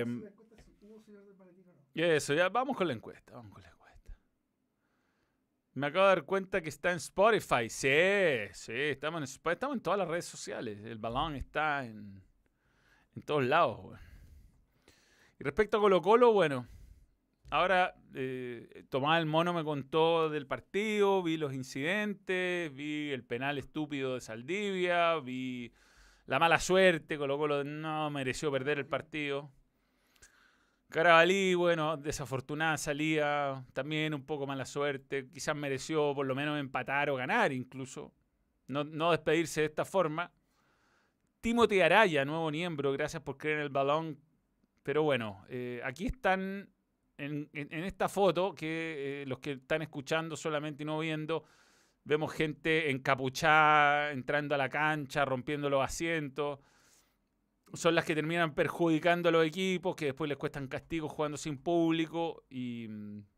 eso, ya vamos con la encuesta. Vamos con la encuesta. Me acabo de dar cuenta que está en Spotify. Sí, sí, estamos en Spotify. Estamos en todas las redes sociales. El balón está en, en todos lados. Bueno. Y respecto a Colo-Colo, bueno, ahora eh, Tomás el Mono me contó del partido, vi los incidentes, vi el penal estúpido de Saldivia, vi la mala suerte, Colo-Colo no mereció perder el partido. Carabalí, bueno, desafortunada salida, también un poco mala suerte, quizás mereció por lo menos empatar o ganar incluso, no, no despedirse de esta forma. Timothy Araya, nuevo miembro, gracias por creer en el balón, pero bueno, eh, aquí están en, en, en esta foto que eh, los que están escuchando solamente y no viendo, vemos gente encapuchada, entrando a la cancha, rompiendo los asientos. Son las que terminan perjudicando a los equipos, que después les cuestan castigos jugando sin público. Y,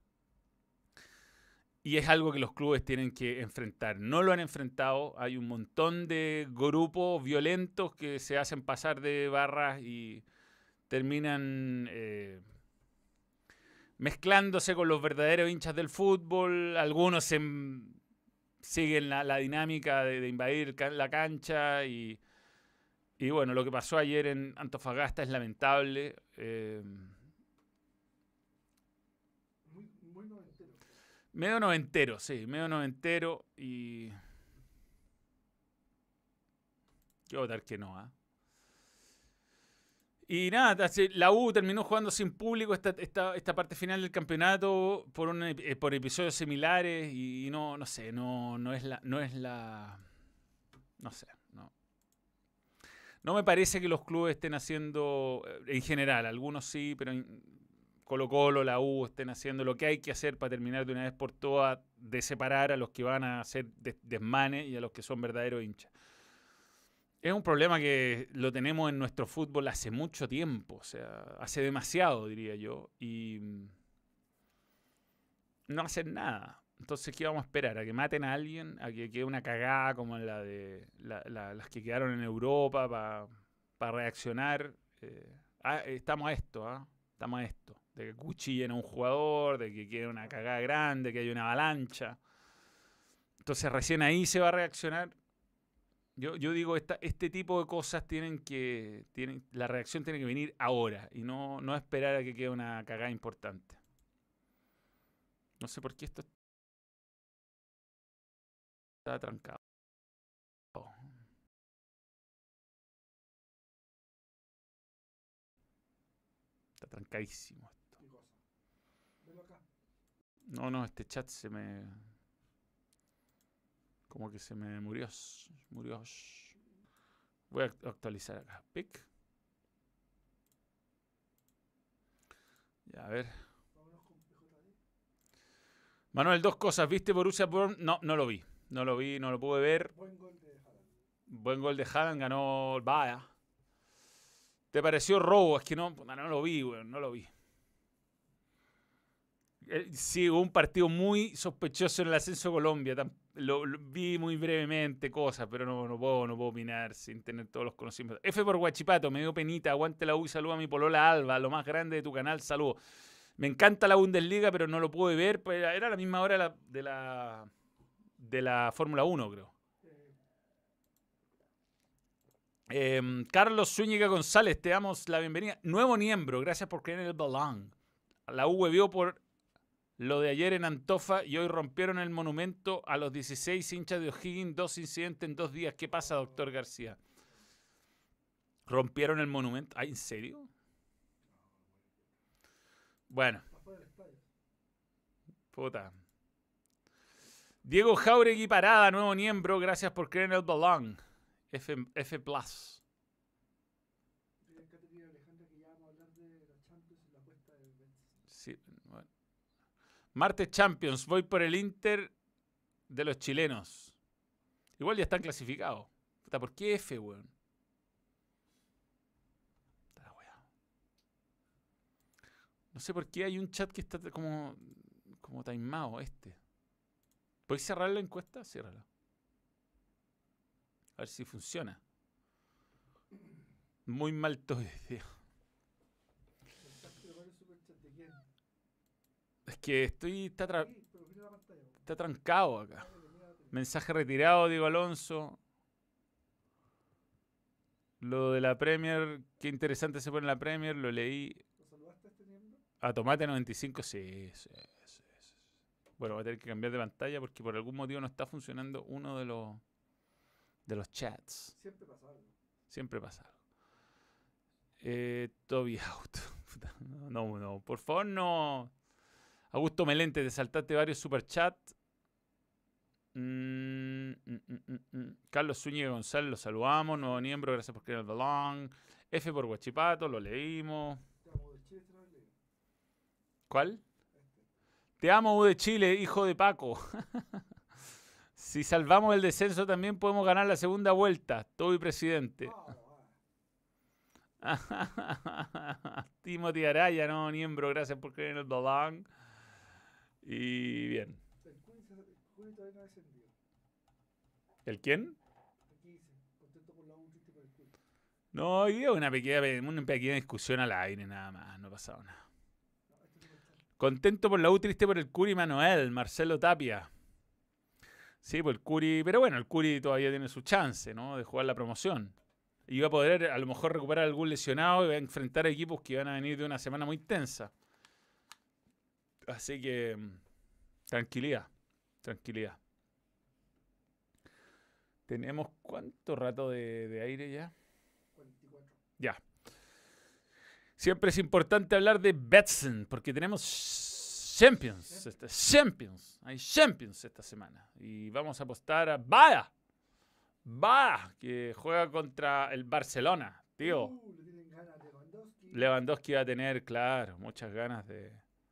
y es algo que los clubes tienen que enfrentar. No lo han enfrentado. Hay un montón de grupos violentos que se hacen pasar de barras y terminan eh, mezclándose con los verdaderos hinchas del fútbol. Algunos se, siguen la, la dinámica de, de invadir la cancha y... Y bueno, lo que pasó ayer en Antofagasta es lamentable. Eh, muy, muy noventero. Medio noventero, sí, medio noventero. Y. Quiero votar que no, ¿eh? Y nada, la U terminó jugando sin público esta, esta, esta parte final del campeonato por, un, eh, por episodios similares. Y, y no, no sé, no, no es la. No es la. No sé, no. No me parece que los clubes estén haciendo, en general, algunos sí, pero Colo-Colo, la U, estén haciendo lo que hay que hacer para terminar de una vez por todas de separar a los que van a hacer desmanes y a los que son verdaderos hinchas. Es un problema que lo tenemos en nuestro fútbol hace mucho tiempo, o sea, hace demasiado, diría yo, y no hacen nada. Entonces, ¿qué vamos a esperar? ¿A que maten a alguien? ¿A que quede una cagada como la de la, la, las que quedaron en Europa para pa reaccionar? Eh, ah, estamos a esto, ¿ah? ¿eh? Estamos a esto. De que cuchillen a un jugador, de que quede una cagada grande, que haya una avalancha. Entonces, recién ahí se va a reaccionar. Yo, yo digo, esta, este tipo de cosas tienen que... Tienen, la reacción tiene que venir ahora y no, no esperar a que quede una cagada importante. No sé por qué esto está trancado. Está trancadísimo esto. ¿Qué cosa? Velo acá. No, no, este chat se me... Como que se me murió. Murió. Voy a actualizar acá. Pic. Ya, a ver. Vámonos con P J D. Manuel, dos cosas. ¿Viste Borussia Dortmund? No, no lo vi. No lo vi, no lo pude ver. Buen gol de Haaland. Buen gol de Haaland, ganó Vaya. ¿Te pareció robo? Es que no, no, no lo vi, güey, no lo vi. Eh, sí, hubo un partido muy sospechoso en el ascenso de Colombia. Tan, lo, lo vi muy brevemente cosas, pero no, no, puedo, no puedo opinar sin tener todos los conocimientos. F por Guachipato, me dio penita, aguante la U y saluda a mi polola Alba, lo más grande de tu canal, saludos. Me encanta la Bundesliga, pero no lo pude ver. Pues era, era la misma hora de la, de la, de la Fórmula uno, creo. Eh, Carlos Zúñiga González, te damos la bienvenida. Nuevo miembro, gracias por creer en el balón. La U huevió por lo de ayer en Antofa y hoy rompieron el monumento a los dieciséis hinchas de O'Higgins. Dos incidentes en dos días. ¿Qué pasa, doctor García? ¿Rompieron el monumento? ¿Ay, en serio? Bueno. Puta. Diego Jauregui Parada, nuevo miembro. Gracias por creer en el balón. F, F Plus. Sí, bueno. Martes Champions. Voy por el Inter de los chilenos. Igual ya están clasificados. Puta, ¿por qué F, weón? No sé por qué hay un chat que está como, como timado este. ¿Podéis cerrar la encuesta? Ciérrala. A ver si funciona. Muy mal todo, tío. Es que estoy... Está, tra está trancado acá. Mensaje retirado, Diego Alonso. Lo de la Premier, qué interesante se pone en la Premier, lo leí. A Tomate noventa y cinco, sí, sí, sí, sí. Bueno, voy a tener que cambiar de pantalla porque por algún motivo no está funcionando uno de los de los chats. Siempre pasa algo. Siempre pasa algo. Eh, Toby Out. No, no, por favor no. Augusto Melente, te saltaste varios superchats. Mm, mm, mm, mm. Carlos Zúñiga González, lo saludamos. Nuevo miembro, gracias por creer el balón. F por Guachipato, lo leímos. ¿Cuál? Te amo, U de Chile, hijo de Paco. Si salvamos el descenso también podemos ganar la segunda vuelta. Toby presidente. Timothy Araya, no, miembro, gracias por creer en el balón. Y bien. ¿El quién? No, hoy día una pequeña, una pequeña discusión al aire, nada más, no ha pasado nada. Contento por la U, triste por el Curi Manuel, Marcelo Tapia. Sí, pues el Curi, pero bueno, el Curi todavía tiene su chance, ¿no? De jugar la promoción. Y va a poder a lo mejor recuperar algún lesionado y va a enfrentar equipos que van a venir de una semana muy tensa. Así que tranquilidad, tranquilidad. ¿Tenemos cuánto rato de, de aire ya? cuarenta y cuatro. Ya. Siempre es importante hablar de Betson, porque tenemos Champions. Este, Champions. Hay Champions esta semana. Y vamos a apostar a Vaya. Vaya, que juega contra el Barcelona, tío. Uh, le tienen ganas Lewandowski. Lewandowski va a tener, claro, muchas ganas de,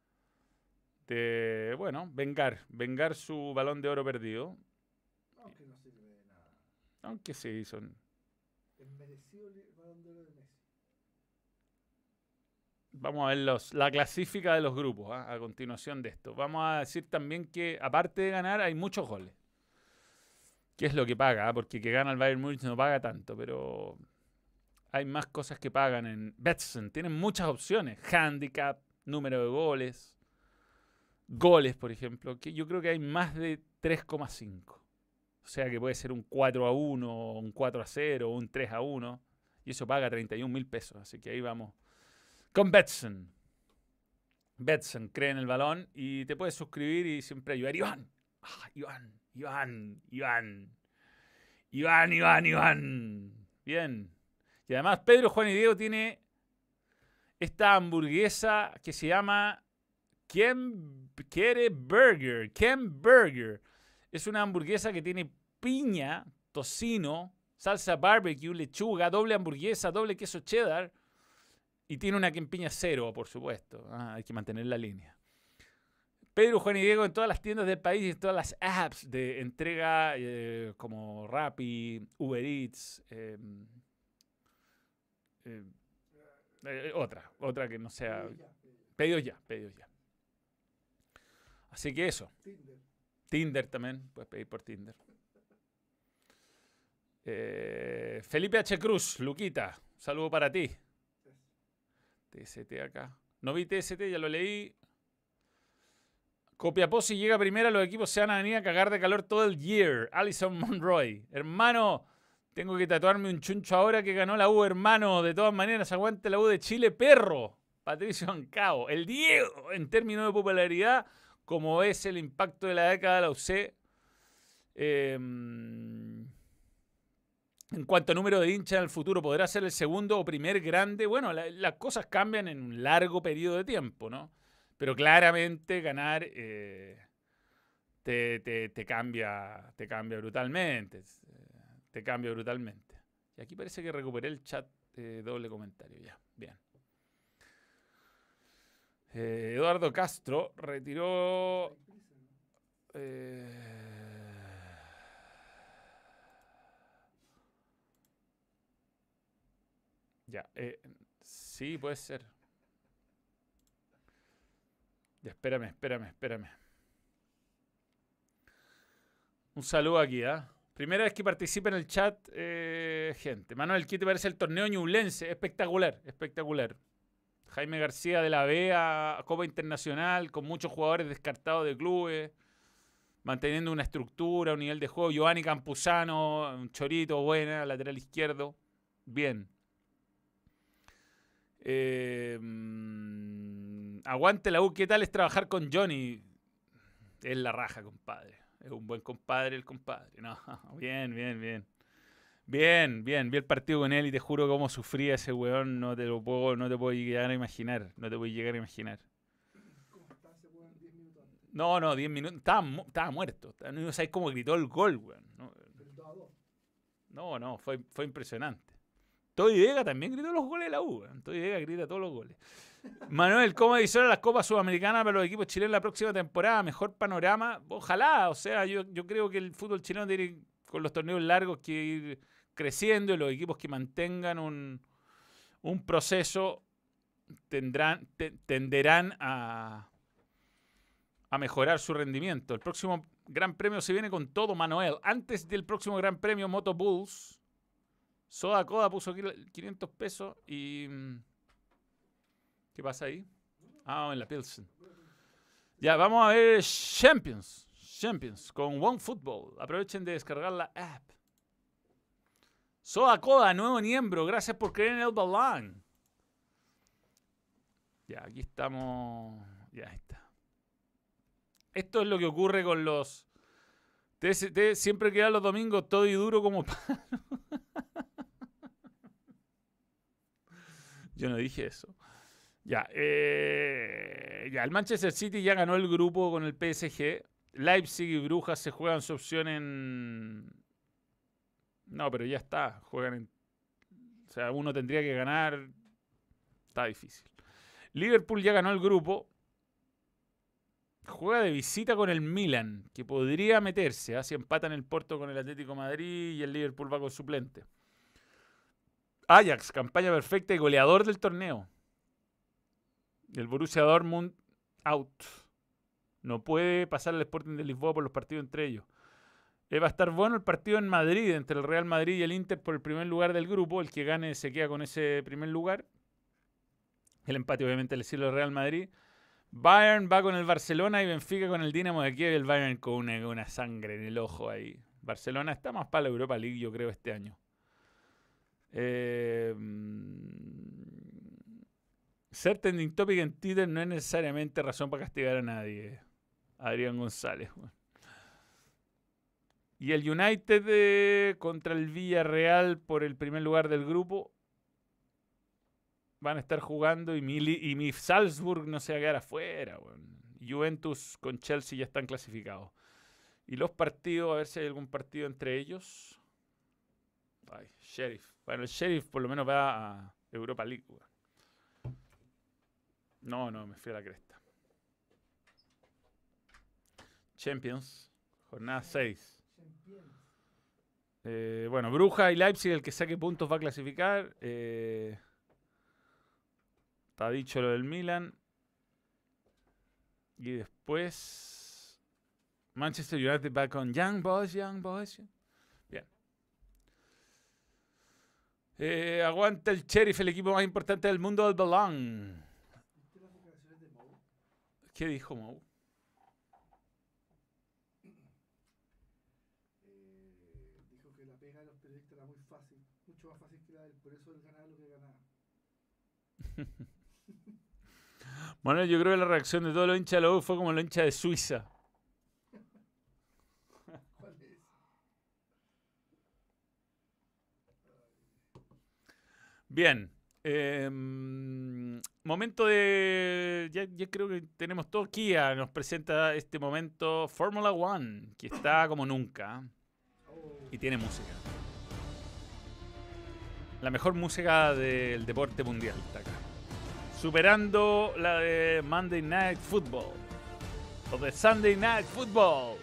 de, bueno, vengar, vengar su Balón de Oro perdido. Aunque no sirve de nada. Aunque sí, son... El merecido Balón de Oro de Messi. Vamos a ver los, la clasifica de los grupos, ¿eh? A continuación de esto. Vamos a decir también que, aparte de ganar, hay muchos goles. ¿Qué es lo que paga? ¿eh? Porque que gana el Bayern Múnich no paga tanto, pero hay más cosas que pagan en Betson. Tienen muchas opciones. Handicap, número de goles, goles, por ejemplo, que yo creo que hay más de tres coma cinco. O sea que puede ser un cuatro a uno, un cuatro a cero, un tres a uno. Y eso paga treinta y un mil pesos. Así que ahí vamos. Con Betson. Betson, cree en el balón y te puedes suscribir y siempre ayudar. Iván. Ah, Iván, Iván, Iván. Iván, Iván, Iván. Bien. Y además Pedro, Juan y Diego tiene esta hamburguesa que se llama ¿Quién quiere burger? ¿Quién burger? Es una hamburguesa que tiene piña, tocino, salsa barbecue, lechuga, doble hamburguesa, doble queso cheddar. Y tiene una quempiña cero, por supuesto. Ah, hay que mantener la línea. Pedro, Juan y Diego en todas las tiendas del país y en todas las apps de entrega eh, como Rappi, Uber Eats, eh, eh, eh, otra, otra que no sea... Pedidos ya, pedidos ya. Así que eso. Tinder. Tinder también, puedes pedir por Tinder. Eh, Felipe H. Cruz, Luquita, saludo para ti. T S T acá. No vi T S T, ya lo leí. Copiapó, si llega primera, los equipos se van a venir a cagar de calor todo el year. Alison Monroy. Hermano, tengo que tatuarme un chuncho ahora que ganó la U, hermano. De todas maneras, aguante la U de Chile, perro. Patricio Ancao. El Diego, en términos de popularidad, como es el impacto de la década de la U C. Eh, en cuanto a número de hinchas en el futuro, ¿podrá ser el segundo o primer grande? Bueno, la, las cosas cambian en un largo periodo de tiempo, ¿no? Pero claramente ganar eh, te, te, te, cambia, te cambia brutalmente. Te cambia brutalmente. Y aquí parece que recuperé el chat eh, doble comentario. Ya, bien. Eh, Eduardo Castro retiró... Eh, ya, eh, sí, puede ser. Ya, espérame, espérame, espérame. Un saludo aquí, ¿ah? ¿eh? Primera vez que participa en el chat, eh, gente. Manuel, ¿qué te parece el torneo ñublense? Espectacular, espectacular. Jaime García de la B A, Copa Internacional, con muchos jugadores descartados de clubes, manteniendo una estructura, un nivel de juego. Giovanni Campuzano, un chorito, buena, lateral izquierdo. Bien. Eh, aguante la U, ¿qué tal es trabajar con Johnny? Es la raja, compadre. Es un buen compadre el compadre. No, bien, bien, bien. Bien, bien. Vi el partido con él y te juro cómo sufría ese weón. No te lo puedo, no te puedo llegar a imaginar. No te puedo llegar a imaginar. ¿Cómo está ese weón diez minutos antes? No, no, diez minutos. Estaba, mu estaba muerto. No sabes cómo gritó el gol, weón. No, dos a dos. no, no fue, fue impresionante. Toby Vega también gritó los goles de la U. Weón. Toby Vega grita todos los goles. Manuel, ¿cómo avisora las Copas Sudamericanas para los equipos chilenos la próxima temporada? Mejor panorama. Ojalá, o sea, yo, yo creo que el fútbol chileno tiene, con los torneos largos, que ir creciendo y los equipos que mantengan un, un proceso tendrán, te, tenderán a, a mejorar su rendimiento. El próximo Gran Premio se viene con todo, Manuel. Antes del próximo Gran Premio Moto Bulls, Soda Coda puso quinientos pesos y... ¿Qué pasa ahí? Ah, en la Pilsen. Ya, vamos a ver Champions. Champions con OneFootball. Aprovechen de descargar la app. Soda Coda, nuevo miembro. Gracias por creer en el balón. Ya, aquí estamos. Ya está. Esto es lo que ocurre con los T S T. Siempre quedan los domingos todo y duro como pan. Yo no dije eso. Ya, eh, ya, el Manchester City ya ganó el grupo con el P S G. Leipzig y Brujas se juegan su opción en... No, pero ya está. Juegan en... O sea, uno tendría que ganar. Está difícil. Liverpool ya ganó el grupo. Juega de visita con el Milan, que podría meterse. ¿eh? Si empatan el Porto con el Atlético de Madrid y el Liverpool va con suplente. Ajax, campaña perfecta y goleador del torneo. El Borussia Dortmund, out. No puede pasar el Sporting de Lisboa por los partidos entre ellos. Eh, va a estar bueno el partido en Madrid, entre el Real Madrid y el Inter por el primer lugar del grupo. El que gane se queda con ese primer lugar. El empate obviamente le sirve al Real Madrid. Bayern va con el Barcelona y Benfica con el Dinamo de Kiev. El Bayern con una, una sangre en el ojo ahí. Barcelona está más para la Europa League, yo creo, este año. Eh... Ser trending topic en Twitter no es necesariamente razón para castigar a nadie. Adrián González. Y el United eh, contra el Villarreal por el primer lugar del grupo. Van a estar jugando y mi, y mi Salzburg no se va a quedar afuera. Bueno. Juventus con Chelsea ya están clasificados. Y los partidos, a ver si hay algún partido entre ellos. Ay, Sheriff. Bueno, el Sheriff por lo menos va a Europa League. Bueno. No, no, me fui a la cresta. Champions, jornada seis. Eh, bueno, Bruja y Leipzig, el que saque puntos va a clasificar. Eh, está dicho lo del Milan. Y después Manchester United va con Young Boys, Young Boys. Bien. Eh, aguanta el Sheriff, el equipo más importante del mundo del balón. ¿Qué dijo Mau? Eh, dijo que la pega de los periodistas era muy fácil, mucho más fácil que la de él, por eso él ganaba lo que ganaba. Bueno, yo creo que la reacción de todos los hinchas de la U fue como los hinchas de Suiza. ¿Cuál es? Bien. Eh, momento de... Ya, ya creo que tenemos todo. Kia nos presenta este momento Fórmula One, que está como nunca. Oh, Y tiene música. La mejor música del deporte mundial está acá. Superando la de Monday Night Football. O de Sunday Night Football.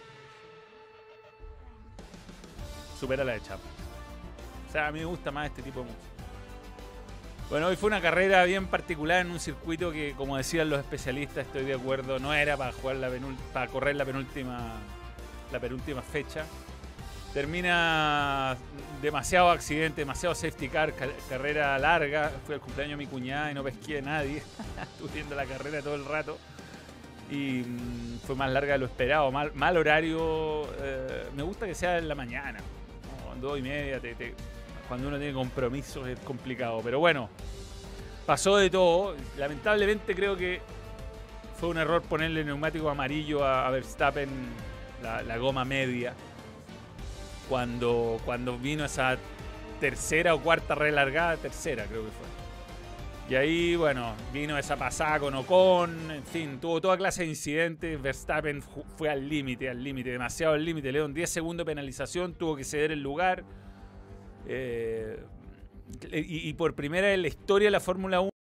Supera la de Champions. O sea, a mí me gusta más este tipo de música. Bueno, hoy fue una carrera bien particular en un circuito que, como decían los especialistas, estoy de acuerdo, no era para jugar la penúltima, para correr la penúltima, la penúltima fecha. Termina demasiado accidente, demasiado safety car, ca- carrera larga. Fue el cumpleaños de mi cuñada y no pesqué a nadie. Estuve viendo la carrera todo el rato. Y mm, fue más larga de lo esperado. Mal, mal horario. Eh, me gusta que sea en la mañana. ¿No? Dos y media. Te, te, cuando uno tiene compromisos es complicado. Pero bueno, pasó de todo. Lamentablemente creo que fue un error ponerle neumático amarillo a, a Verstappen, la, la goma media. Cuando, cuando vino esa tercera o cuarta relargada, tercera creo que fue. Y ahí, bueno, vino esa pasada con Ocon, en fin, tuvo toda clase de incidentes. Verstappen fue al límite, al límite, demasiado al límite. Le dieron diez segundos de penalización, tuvo que ceder el lugar. Eh, y, y por primera vez en la historia de la Fórmula uno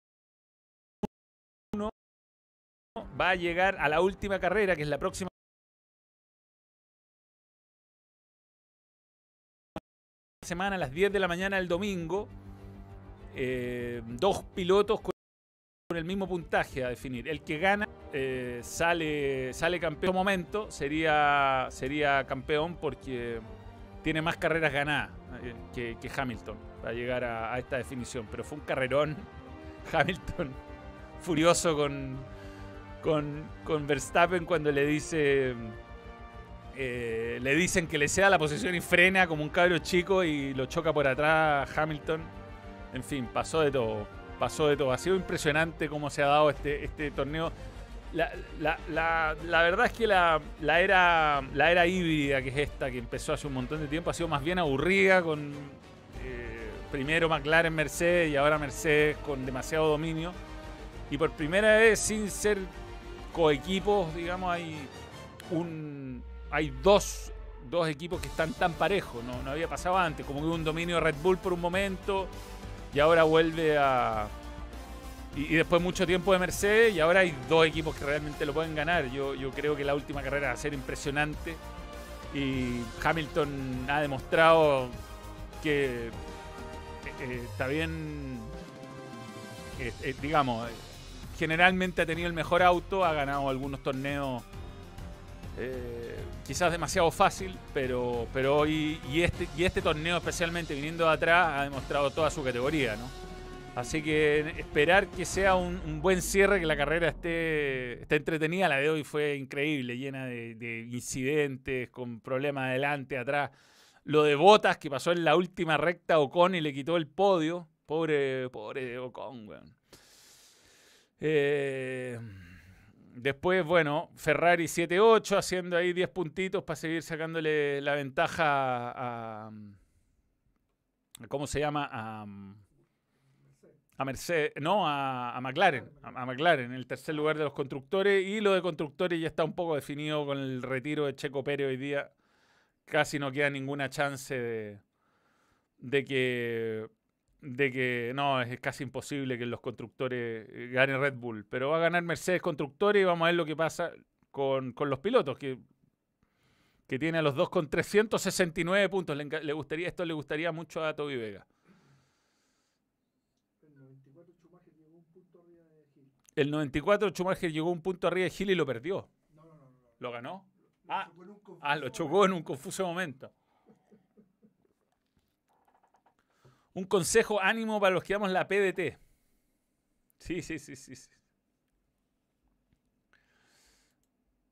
va a llegar a la última carrera, que es la próxima semana a las diez de la mañana del domingo. Eh, dos pilotos con el mismo puntaje a definir. El que gana eh, sale, sale campeón. En este momento sería, sería campeón porque tiene más carreras ganadas eh, que, que Hamilton para llegar a, a esta definición. Pero fue un carrerón. Hamilton furioso con, con, con Verstappen cuando le dice... Eh, le dicen que le ceda la posición y frena como un cabro chico y lo choca por atrás Hamilton. En fin, pasó de todo. Pasó de todo. Ha sido impresionante cómo se ha dado este, este torneo. La, la, la, la verdad es que la, la, era, la era híbrida, que es esta, que empezó hace un montón de tiempo, ha sido más bien aburrida con eh, primero McLaren, Mercedes y ahora Mercedes con demasiado dominio. Y por primera vez, sin ser coequipos, digamos, hay un... Hay dos, dos equipos que están tan parejos, no, no había pasado antes, como que hubo un dominio de Red Bull por un momento y ahora vuelve a... Y, y después mucho tiempo de Mercedes y ahora hay dos equipos que realmente lo pueden ganar. Yo, yo creo que la última carrera va a ser impresionante y Hamilton ha demostrado que eh, eh, está bien, eh, eh, digamos, generalmente ha tenido el mejor auto, ha ganado algunos torneos. Eh, quizás demasiado fácil, pero, pero hoy y este, y este torneo especialmente viniendo de atrás ha demostrado toda su categoría, ¿no? Así que esperar que sea un, un buen cierre, que la carrera esté, esté entretenida. La de hoy fue increíble, llena de, de incidentes, con problemas adelante, atrás. Lo de Bottas, que pasó en la última recta Ocon y le quitó el podio. Pobre, pobre Ocon, weón. Eh... Después, bueno, Ferrari siete ocho haciendo ahí diez puntitos para seguir sacándole la ventaja a... a ¿cómo se llama? A, a Mercedes, no, a, a McLaren, a, a McLaren, en el tercer lugar de los constructores. Y lo de constructores ya está un poco definido con el retiro de Checo Pérez hoy día. Casi no queda ninguna chance de, de que... de que no, es casi imposible que los constructores gane Red Bull, pero va a ganar Mercedes constructores y vamos a ver lo que pasa con, con los pilotos, que, que tiene a los dos con trescientos sesenta y nueve puntos. Le, le gustaría, esto le gustaría mucho a Toby Vega. el noventa y cuatro Schumacher llegó un punto arriba de Gil. El noventa y cuatro Schumacher llegó un punto arriba de Gil y lo perdió. No, no, no, no. ¿Lo ganó? Lo, Ah, chocó en un confuso ah, lo chocó momento. en un confuso momento. Un consejo, ánimo para los que damos la P D T. Sí, sí, sí, sí, sí.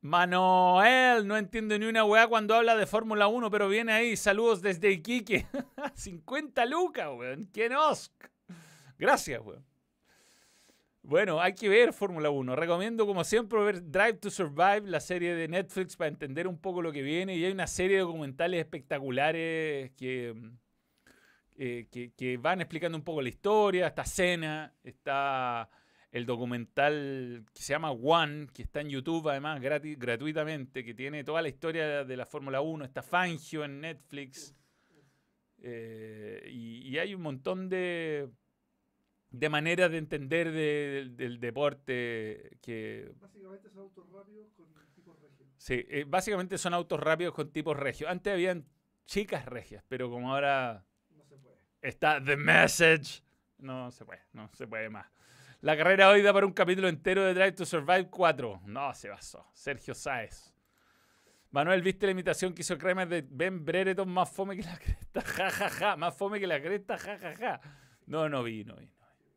Manuel, no entiendo ni una weá cuando habla de Fórmula uno, pero viene ahí. Saludos desde Iquique. cincuenta lucas, weón. ¡Qué nos! Gracias, weón. Bueno, hay que ver Fórmula uno. Recomiendo, como siempre, ver Drive to Survive, la serie de Netflix, para entender un poco lo que viene. Y hay una serie de documentales espectaculares que, eh, que, que van explicando un poco la historia. Está Senna, está el documental que se llama One, que está en YouTube, además, gratis, gratuitamente, que tiene toda la historia de la Fórmula uno. Está Fangio en Netflix. Eh, y, y hay un montón de... de maneras de entender de, del, del deporte que... Básicamente son autos rápidos con tipos regios. Sí, eh, básicamente son autos rápidos con tipos regios. Antes habían chicas regias, pero como ahora No se puede. está The Message, no se puede, no se puede más. La carrera hoy da para un capítulo entero de Drive to Survive cuatro. No, se basó. Sergio Sáez. Manuel, ¿viste la imitación que hizo Kramer de Ben Brereton? Más fome que la cresta, ja, ja, ja. Más fome que la cresta, ja, ja, ja. No, no vi, no vi.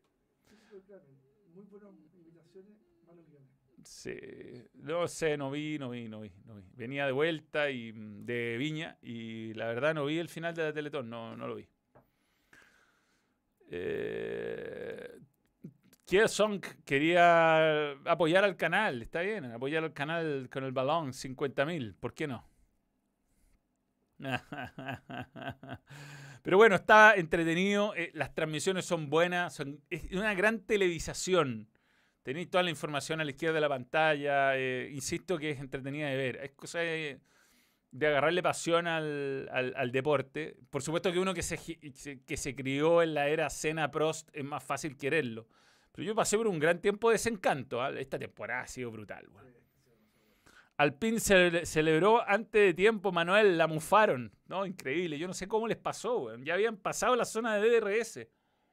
Muy buenas imitaciones, malos guiones. Sí, no sé, no vi, no vi, no vi, no vi. Venía de vuelta y de Viña y la verdad no vi el final de la Teletón, no, no lo vi. Eh, Song quería apoyar al canal, está bien, apoyar al canal con el balón, cincuenta mil, ¿por qué no? Pero bueno, está entretenido, eh, las transmisiones son buenas, son, es una gran televisación. Tenéis toda la información a la izquierda de la pantalla, eh, insisto que es entretenida de ver. Es cosa de, de agarrarle pasión al, al, al deporte. Por supuesto que uno que se, que se crió en la era Senna-Prost es más fácil quererlo. Pero yo pasé por un gran tiempo de desencanto. ¿eh? Esta temporada ha sido brutal. Bueno. Alpine ce celebró antes de tiempo, Manuel, la mufaron. No, increíble. Yo no sé cómo les pasó. Bueno. Ya habían pasado la zona de D R S.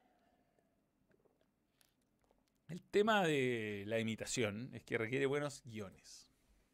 El tema de la imitación es que requiere buenos guiones.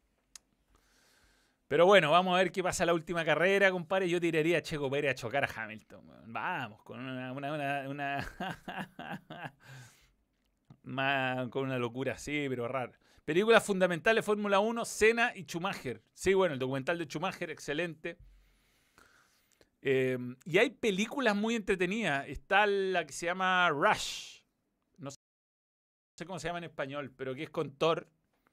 Pero bueno, vamos a ver qué pasa la última carrera, compadre. Yo tiraría a Checo Pérez a chocar a Hamilton. Vamos, con una... una, una, una Más, con una locura así, pero rara. Películas fundamentales de Fórmula uno, Senna y Schumacher. Sí, bueno, el documental de Schumacher, excelente. Eh, y hay películas muy entretenidas. Está la que se llama Rush. No sé cómo se llama en español, pero que es con Thor.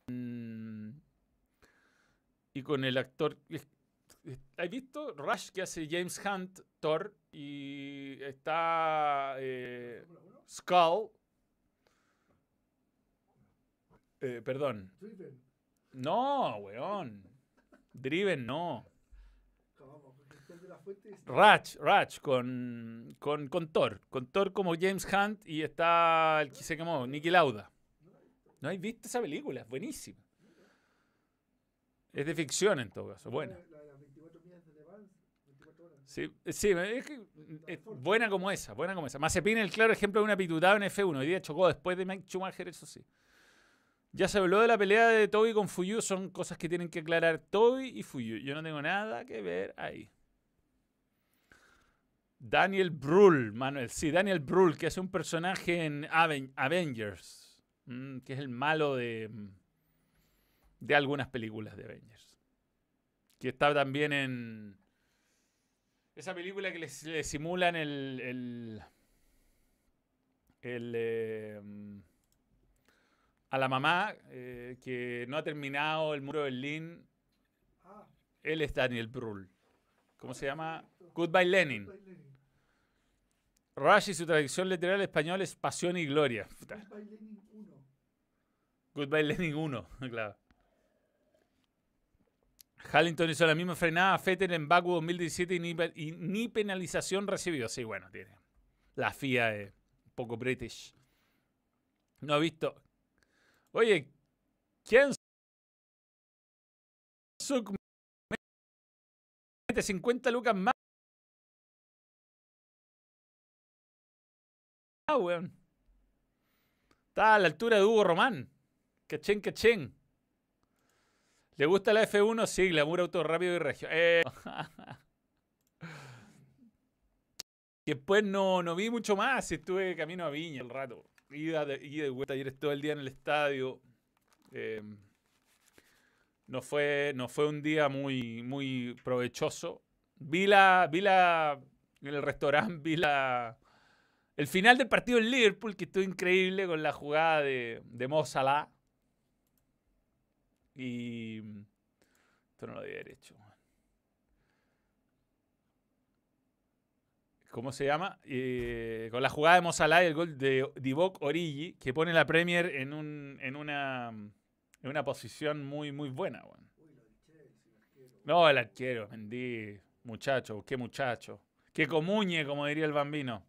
Y con el actor... ¿Has visto? Rush, que hace James Hunt, Thor. Y está eh, Skull. Eh, perdón. Driven. No, weón. Driven, no. ¿Cómo? Porque el de la fuente es... Ratch, Ratch con, con, con Thor. Con Thor como James Hunt y está el que se quemó, Niki Lauda. ¿No habéis visto esa película? Es buenísima. Es de ficción en todo caso, buena. La de las veinticuatro millas de Le Mans, veinticuatro horas. Sí, sí, es, que es buena como esa, buena como esa. Mazepin es el claro ejemplo de una pitutada en F uno. Hoy día chocó después de Mike Schumacher, eso sí. Ya se habló de la pelea de Toby con Fuyu, son cosas que tienen que aclarar Toby y Fuyu. Yo no tengo nada que ver ahí. Daniel Brühl, Manuel, sí, Daniel Brühl, que es un personaje en Aven Avengers, mmm, que es el malo de, de algunas películas de Avengers. Que está también en esa película que le, le simulan el... el, el eh, a la mamá eh, que no ha terminado el muro de Berlín. Ah, Él es Daniel Brühl. ¿Cómo se llama? Goodbye Lenin. Goodbye Lenin. Rush y su traducción literal español es Pasión y Gloria. Puta. Goodbye Lenin uno. Goodbye Lenin uno, claro. Hamilton hizo la misma frenada a Vettel en Baku dos mil diecisiete y ni, y ni penalización recibió. Sí, bueno, tiene. La F I A es un poco british. No he visto... Oye, ¿quién Suk mete cincuenta lucas más? Ah, weón. Está a la altura de Hugo Román. Cachén, cachén. ¿Le gusta la F uno? Sí, glamour, auto rápido y regio. Eh. Después no, no vi mucho más. Estuve camino a Viña el rato. Ida de, ida de vuelta. Ayer todo el día en el estadio. Eh, no fue, no fue un día muy, muy provechoso. Vi la, vi la, en el restaurante, vi la, el final del partido en Liverpool, que estuvo increíble con la jugada de, de Mo Salah. Y esto no lo había hecho. ¿Cómo se llama? Eh, con la jugada de Mo Salah y el gol de Divock Origi, que pone la Premier en, un, en, una, en una posición muy, muy buena. Bueno. No, el arquero, Mendy, muchacho, qué muchacho. Qué comuñe, como diría el Bambino.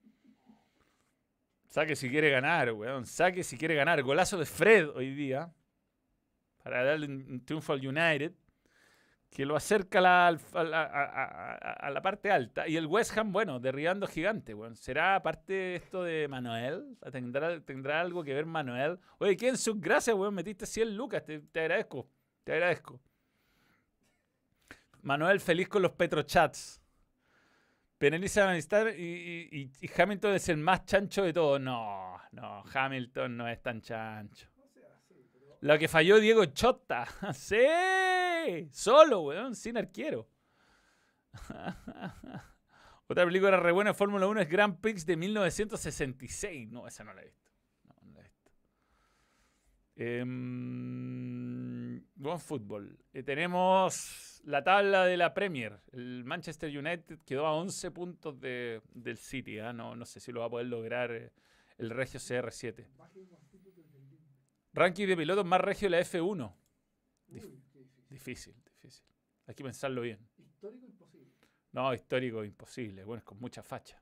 Saque si quiere ganar, weón. Saque si quiere ganar. Golazo de Fred hoy día, para darle un triunfo al United, que lo acerca a la, a, la, a, a, a la parte alta. Y el West Ham, bueno, derribando gigante, weón. ¿Será aparte esto de Manuel? ¿Tendrá, ¿Tendrá algo que ver Manuel? Oye, ¿qué en sus gracias, weón? Metiste cien lucas, te, te agradezco. Te agradezco. Manuel feliz con los Petrochats. Penaliza a Manistar y, y, y Hamilton es el más chancho de todos. No, no, Hamilton no es tan chancho. Lo que falló Diego Chota. ¡Sí! Solo, weón, sin arquero. Otra película re buena de Fórmula uno es Grand Prix de mil novecientos sesenta y seis. No, esa no la he visto. No, no la he visto. Eh, buen fútbol. Eh, tenemos la tabla de la Premier. El Manchester United quedó a once puntos de, del City. ¿eh? No, no sé si lo va a poder lograr eh, el Regio C R siete. Ranking de pilotos más regio de la F uno. Dif Uy, difícil, difícil. Hay que pensarlo bien. Histórico imposible. No, histórico imposible. Bueno, es con mucha facha.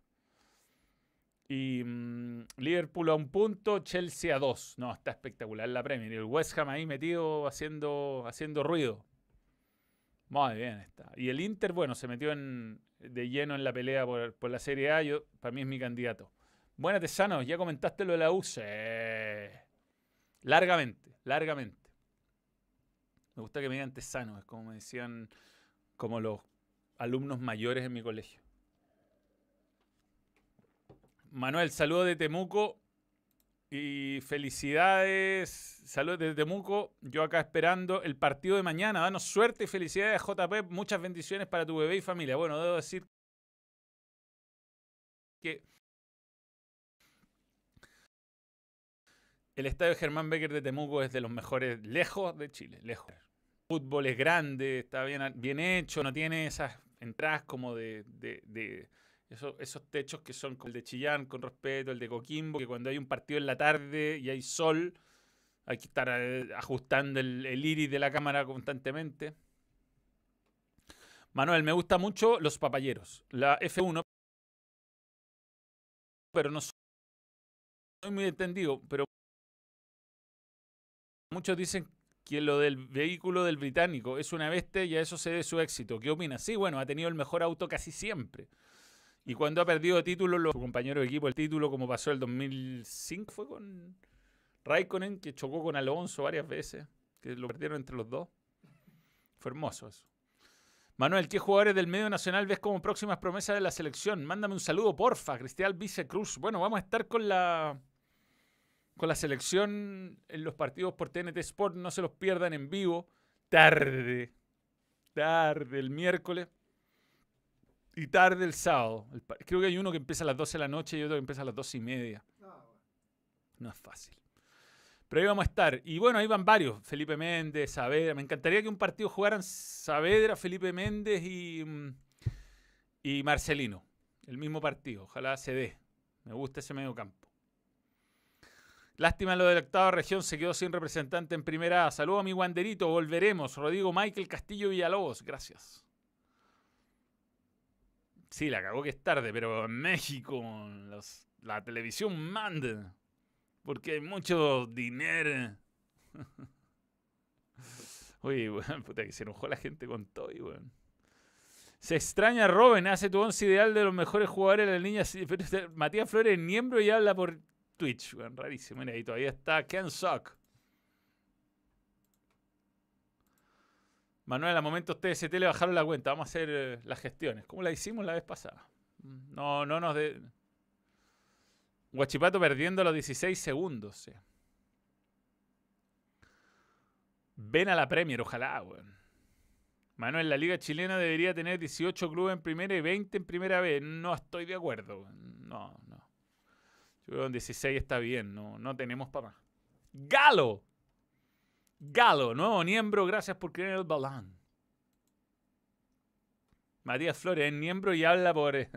Y mmm, Liverpool a un punto, Chelsea a dos. No, está espectacular la Premier. Y el West Ham ahí metido haciendo, haciendo ruido. Muy bien está. Y el Inter, bueno, se metió en, de lleno en la pelea por, por la Serie A. Yo, para mí es mi candidato. Buena, Tesano, ya comentaste lo de la U C E. Largamente, largamente. Me gusta que me digan Tesano, es como me decían como los alumnos mayores en mi colegio. Manuel, saludos de Temuco y felicidades. Saludos desde Temuco. Yo acá esperando el partido de mañana. Danos suerte y felicidades, J P. Muchas bendiciones para tu bebé y familia. Bueno, debo decir que el estadio Germán Becker de Temuco es de los mejores, lejos de Chile, lejos. El fútbol es grande, está bien, bien hecho, no tiene esas entradas como de, de, de esos, esos techos que son como el de Chillán, con respeto, el de Coquimbo, que cuando hay un partido en la tarde y hay sol, hay que estar ajustando el, el iris de la cámara constantemente. Manuel, me gusta mucho los papayeros, la F uno, pero no soy muy entendido, pero muchos dicen que lo del vehículo del británico es una bestia y a eso se debe su éxito. ¿Qué opinas? Sí, bueno, ha tenido el mejor auto casi siempre. Y cuando ha perdido títulos, los compañeros de equipo, el título, como pasó el dos mil cinco, fue con Raikkonen, que chocó con Alonso varias veces, que lo perdieron entre los dos. Fue hermoso eso. Manuel, ¿qué jugadores del medio nacional ves como próximas promesas de la selección? Mándame un saludo, porfa. Cristian Vicecruz. Bueno, vamos a estar con la... con la selección en los partidos por T N T Sport, no se los pierdan en vivo, tarde, tarde el miércoles y tarde el sábado. El, creo que hay uno que empieza a las doce de la noche y otro que empieza a las doce y media. No es fácil. Pero ahí vamos a estar. Y bueno, ahí van varios. Felipe Méndez, Saavedra. Me encantaría que un partido jugaran Saavedra, Felipe Méndez y, y Marcelino. El mismo partido. Ojalá se dé. Me gusta ese medio campo. Lástima lo de la octava región, se quedó sin representante en primera A. Saludos a mi Wanderito, volveremos. Rodrigo Michael Castillo Villalobos, gracias. Sí, la cagó que es tarde, pero en México los, la televisión manda. Porque hay mucho dinero. Uy, bueno, puta que se enojó la gente con todo, y bueno. Se extraña Robin, hace tu once ideal de los mejores jugadores de la niña. Pero Matías Flores es miembro y habla por Twitch, bueno, rarísimo. Mira, ahí todavía está Ken Sock. Manuel, a momentos T S T le bajaron la cuenta. Vamos a hacer eh, las gestiones. ¿Cómo la hicimos la vez pasada? No, no nos de... Guachipato perdiendo a los dieciséis segundos. Sí. Ven a la Premier, ojalá, weón. Manuel, la liga chilena debería tener dieciocho clubes en primera y veinte en primera B. No estoy de acuerdo, weón. No, no. Yo creo que en dieciséis está bien, no, no tenemos para más. ¡Galo! Galo, nuevo miembro, gracias por creer en el balón. Matías Flores es miembro y habla por... Eh,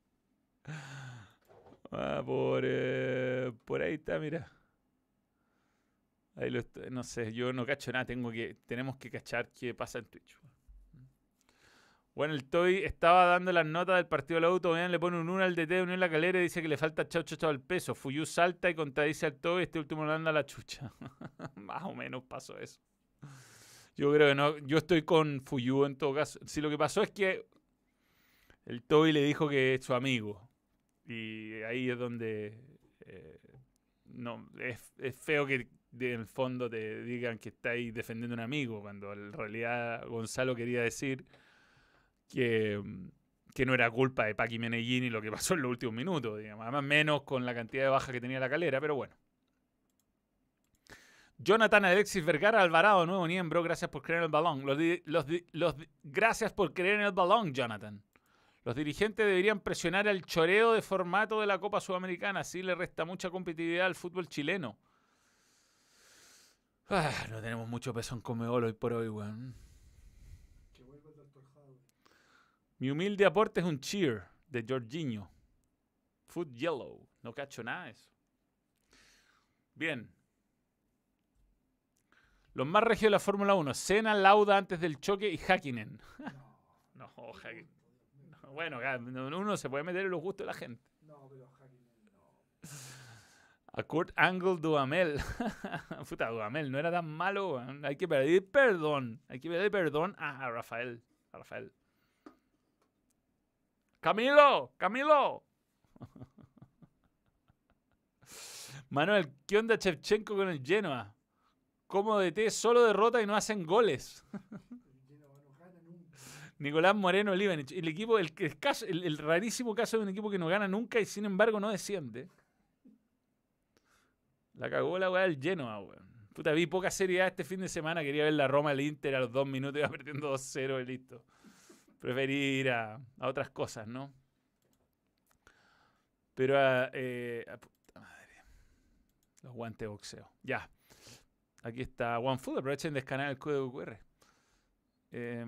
ah, por, eh, por ahí está, mira. Ahí lo estoy, no sé, yo no cacho nada, tengo que, tenemos que cachar qué pasa en Twitch. Bueno, el Toy estaba dando las notas del partido de la U, todavía le pone un uno al D T de Unión La Calera y dice que le falta chau chau chau al peso. Fuyú salta y contradice al Toy, este último le anda la chucha. Más o menos pasó eso. Yo creo que no, yo estoy con Fuyú en todo caso. Si lo que pasó es que el Toy le dijo que es su amigo. Y ahí es donde eh, no, es, es feo que de, en el fondo te digan que estáis defendiendo a un amigo, cuando en realidad Gonzalo quería decir que, que no era culpa de Paqui Menellín y lo que pasó en los últimos minutos, digamos. Además, menos con la cantidad de baja que tenía la Calera, pero bueno. Jonathan Alexis Vergara Alvarado, nuevo miembro, gracias por creer en el balón. Los, los, los, gracias por creer en el balón, Jonathan. Los dirigentes deberían presionar al choreo de formato de la Copa Sudamericana, así le resta mucha competitividad al fútbol chileno. Ah, no tenemos mucho peso en Conmebol hoy por hoy, weón. Mi humilde aporte es un cheer de Jorginho. Food Yellow. No cacho nada de eso. Bien. Los más regios de la Fórmula uno. Senna, Lauda antes del choque y Häkkinen. No, no Häkkinen. No, bueno, uno se puede meter en los gustos de la gente. No, pero Häkkinen no. A Kurt Angle Duhamel. Puta, Duhamel no era tan malo. Hay que pedir perdón. Hay que pedir perdón a Rafael. A Rafael. ¡Camilo! ¡Camilo! Manuel, ¿qué onda Shevchenko con el Genoa? Como D T solo derrota y no hacen goles. Nicolás Moreno Olivenich. El equipo, el, el, caso, el, el rarísimo caso de un equipo que no gana nunca y sin embargo no desciende. La cagó la weá del Genoa, weón. Puta, vi poca seriedad este fin de semana. Quería ver la Roma al Inter a los dos minutos, iba perdiendo dos cero y listo. Preferí ir a, a otras cosas, ¿no? Pero a, eh, a puta madre. Los guantes de boxeo. Ya. Aquí está OneFood. Aprovechen de escanear el código Q R. Eh,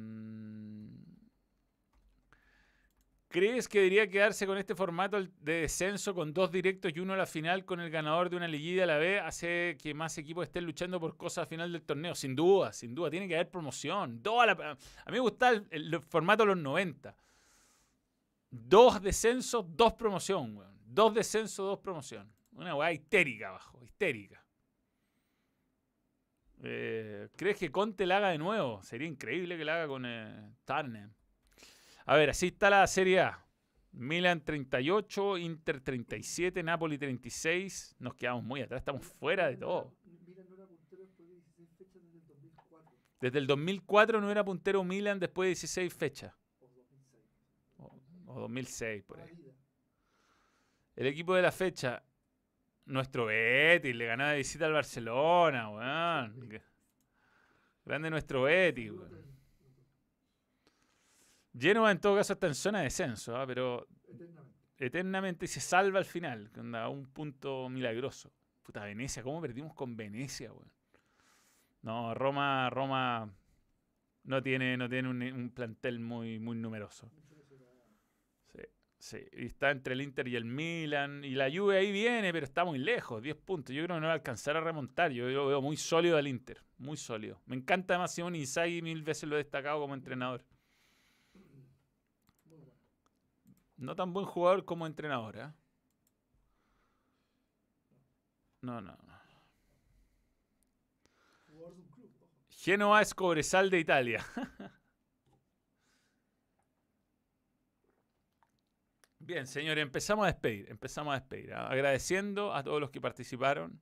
¿Crees que debería quedarse con este formato de descenso con dos directos y uno a la final con el ganador de una liguilla a la vez? Hace que más equipos estén luchando por cosas al final del torneo. Sin duda, sin duda. Tiene que haber promoción. Dos a, la, a mí me gusta el, el formato de los noventa. Dos descensos, dos promoción. Weón. Dos descensos, dos promoción. Una weá histérica abajo. Histérica. Eh, ¿Crees que Conte la haga de nuevo? Sería increíble que la haga con eh, Turner. A ver, así está la Serie A. Milan treinta y ocho, Inter treinta y siete, Napoli treinta y seis. Nos quedamos muy atrás, estamos fuera de todo. Milan no era puntero después de dieciséis fechas desde el dos mil cuatro. Desde el dos mil cuatro no era puntero Milan después de dieciséis fechas. O dos mil seis. O, o dos mil seis, por ahí. El equipo de la fecha, nuestro Betis, le ganaba de visita al Barcelona, weón. Grande nuestro Betis, weón. Genoa en todo caso está en zona de descenso, ¿eh? Pero eternamente. eternamente se salva al final, con un punto milagroso. Puta, Venecia, ¿cómo perdimos con Venecia, weón? No, Roma, Roma no tiene, no tiene un, un plantel muy, muy numeroso. Sí, sí. Y está entre el Inter y el Milan. Y la Juve ahí viene, pero está muy lejos, diez puntos. Yo creo que no va a alcanzar a remontar. Yo lo veo muy sólido al Inter, muy sólido. Me encanta además Simone Inzaghi, mil veces lo he destacado como entrenador. No tan buen jugador como entrenador, ¿eh? No, no, no. Genoa es Cobresal de Italia. Bien, señores, empezamos a despedir. Empezamos a despedir. ¿eh? Agradeciendo a todos los que participaron.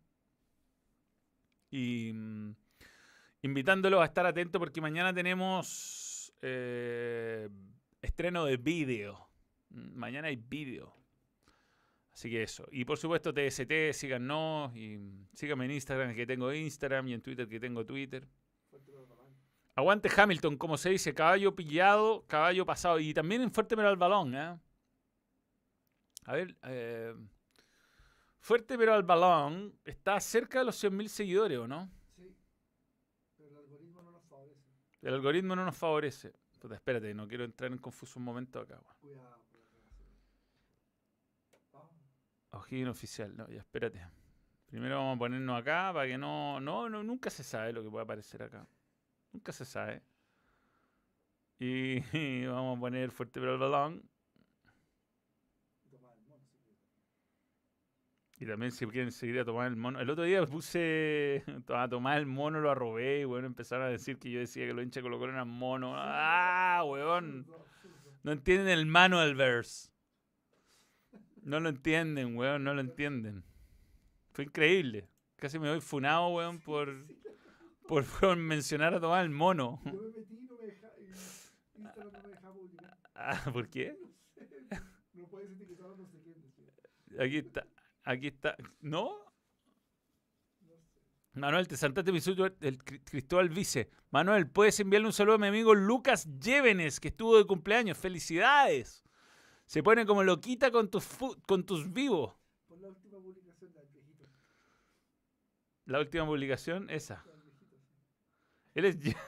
Y mmm, invitándolos a estar atentos porque mañana tenemos eh, estreno de vídeo. Mañana hay vídeo. Así que eso. Y por supuesto T S T, síganos. Y síganme en Instagram que tengo Instagram y en Twitter que tengo Twitter. Aguante Hamilton, como se dice, caballo pillado, caballo pasado. Y también en Fuerte pero al balón, ¿eh? A ver, eh, Fuerte pero al balón está cerca de los cien mil seguidores, ¿o no? Sí, pero el algoritmo no nos favorece. El algoritmo no nos favorece. Puta, espérate, no quiero entrar en confuso un momento acá. Bueno. Cuidado con la relación. Vamos. O'Higgins oficial, no, ya espérate. Primero vamos a ponernos acá para que no, no, no, nunca se sabe lo que puede aparecer acá. Nunca se sabe. Y, y vamos a poner Fuerte pero al balón. Tomar el mono, si quieres. Y también si quieren seguir a tomar el mono. El otro día puse a tomar el mono, lo arrobé y bueno, empezaron a decir que yo decía que los hinchas de Colo Colo eran monos. ¡Ah, weón! Absurdo, absurdo. No entienden el manual verse. No lo entienden, weón, no lo entienden. Fue increíble. Casi me voy funado, weón, por, Sí, por, por mencionar a tomar el mono. yo me metí y no me deja, y Instagram no me dejaba publicar. Ah, ¿por qué? No sé, no puedes etiquetar a no sé quién. Decía. Aquí está. Aquí está. ¿No? No sé. Manuel, te saltaste mi suyo, el Cri- Cristóbal Vice. Manuel, ¿puedes enviarle un saludo a mi amigo Lucas Llévenes, que estuvo de cumpleaños? ¡Felicidades! Se pone como loquita con tus, fu- con tus vivos. Por la última publicación del viejito. La última publicación, esa. Del viejito, sí. Él es... Ye-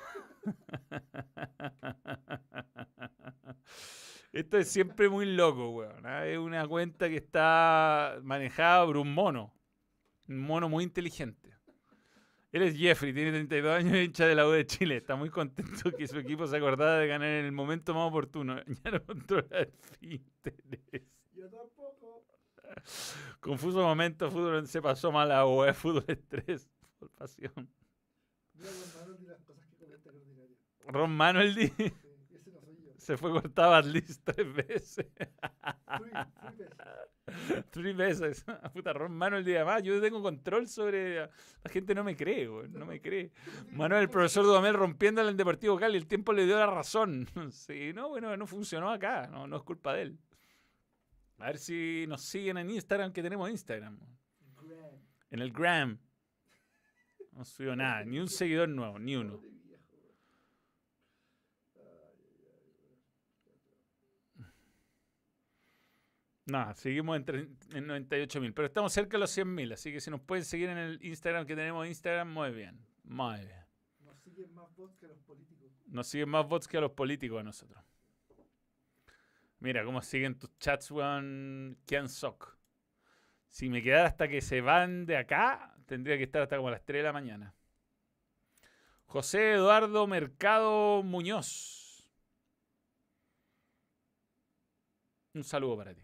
Esto es siempre muy loco, weón. ¿Ah? Es una cuenta que está manejada por un mono. Un mono muy inteligente. Él es Jeffrey, tiene treinta y dos años, hincha de la U de Chile. Está muy contento que su equipo se acordara de ganar en el momento más oportuno. Ya no controla el interés. Yo tampoco. Confuso momento, fútbol se pasó mal a U E, fútbol estrés, por pasión. Mira con manos y las cosas que comenta que ordinario. Ron Manuel di- Sí, ese no soy yo. se fue cortado at least tres veces. Free, free pesos. Tres veces. Puta, Ron Manuel di además, yo tengo control sobre... La gente no me cree, güey, no me cree. Manuel, el profesor Dudamel rompiéndola en Deportivo Cali, el tiempo le dio la razón. Sí, no, bueno, no funcionó acá, no, no es culpa de él. A ver si nos siguen en Instagram, que tenemos Instagram. Graham. En el Gram. No subió nada, ni un seguidor nuevo, ni uno. Pobre viejo, güey. Ay, ay, ay, güey. Nada, seguimos en, tre- en noventa y ocho mil, pero estamos cerca de los cien mil, así que si nos pueden seguir en el Instagram que tenemos Instagram, muy bien, muy bien. Nos siguen más bots que los políticos. Nos siguen más bots que a los políticos a nosotros. Mira cómo siguen tus chats, weón, Kian Sok. Si me quedara hasta que se van de acá, tendría que estar hasta como las tres de la mañana. José Eduardo Mercado Muñoz. Un saludo para ti.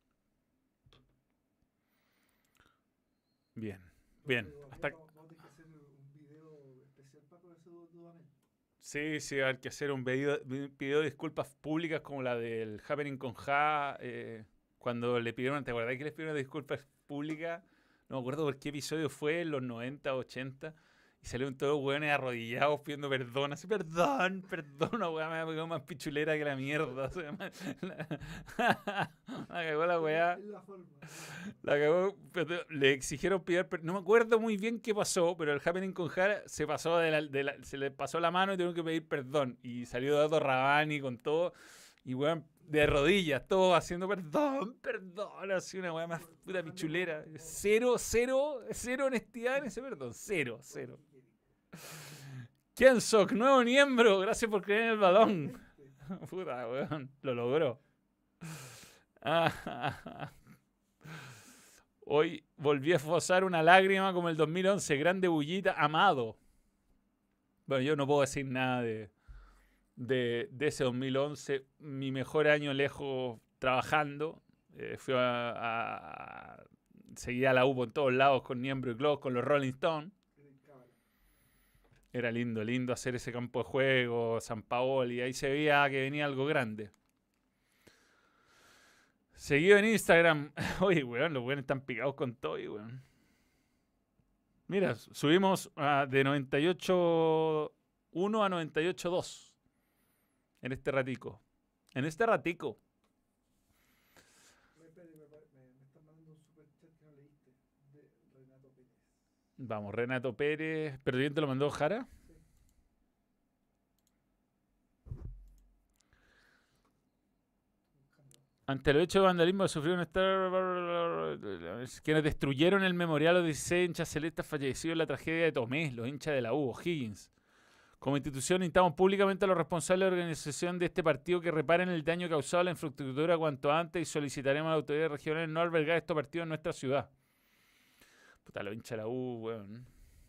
Bien, bien. Pero, Hasta... Vamos vamos a tener que hacer un video especial para con ese Dudamel. Sí, sí, va a haber que hacer un video, video de disculpas públicas como la del Happening con Ja, eh, cuando le pidieron, ¿te acuerdas que les pidieron disculpas públicas? No me acuerdo por qué episodio fue, en los noventa, ochenta, y salieron todos hueones arrodillados pidiendo perdón, así, perdón, perdón, una weá me ha pegado más pichulera que la mierda. O sea, la, la cagó la weá. Es la forma. La cagó, pero le exigieron pedir per- no me acuerdo muy bien qué pasó, pero el Happening con Jara se pasó de la, de la- se le pasó la mano y tuvieron que pedir perdón. Y salió Dato Rabani con todo, y weón, de rodillas, todo haciendo perdón, perdón, así una weá más puta pichulera. Cero, cero, cero honestidad en ese perdón, cero, cero. Kiensok, nuevo miembro, gracias por creer en el balón. Puta, weón, lo logró. Ah, hoy volví a esbozar una lágrima como el dos mil once. Grande Bullita, amado. Bueno, yo no puedo decir nada de, de, de ese dos mil once. Mi mejor año lejos trabajando. Eh, fui a, a, a seguía la U por todos lados con Niembro y Gloss, con los Rolling Stones. Era lindo, lindo hacer ese campo de juego, San Paoli. Ahí se veía que venía algo grande. Seguido en Instagram. Oye, weón, los weones están picados con todo, weón. Mira, subimos uh, de noventa y ocho punto uno a noventa y ocho punto dos en este ratico. En este ratico. Me, me, me, me están mandando un super chat que no leíste. De Renato Pérez. Vamos, Renato Pérez. ¿Pero quién te lo mandó, Jara? Sí. Ante los hechos de vandalismo que sufrieron estar... quienes destruyeron el memorial a los dieciséis hinchas celestes fallecidos en la tragedia de Tomé, los hinchas de la U, O'Higgins. Como institución instamos públicamente a los responsables de la organización de este partido que reparen el daño causado a la infraestructura cuanto antes y solicitaremos a las autoridades regionales no albergar estos partidos en nuestra ciudad. Puta, los hinchas de la U, weón.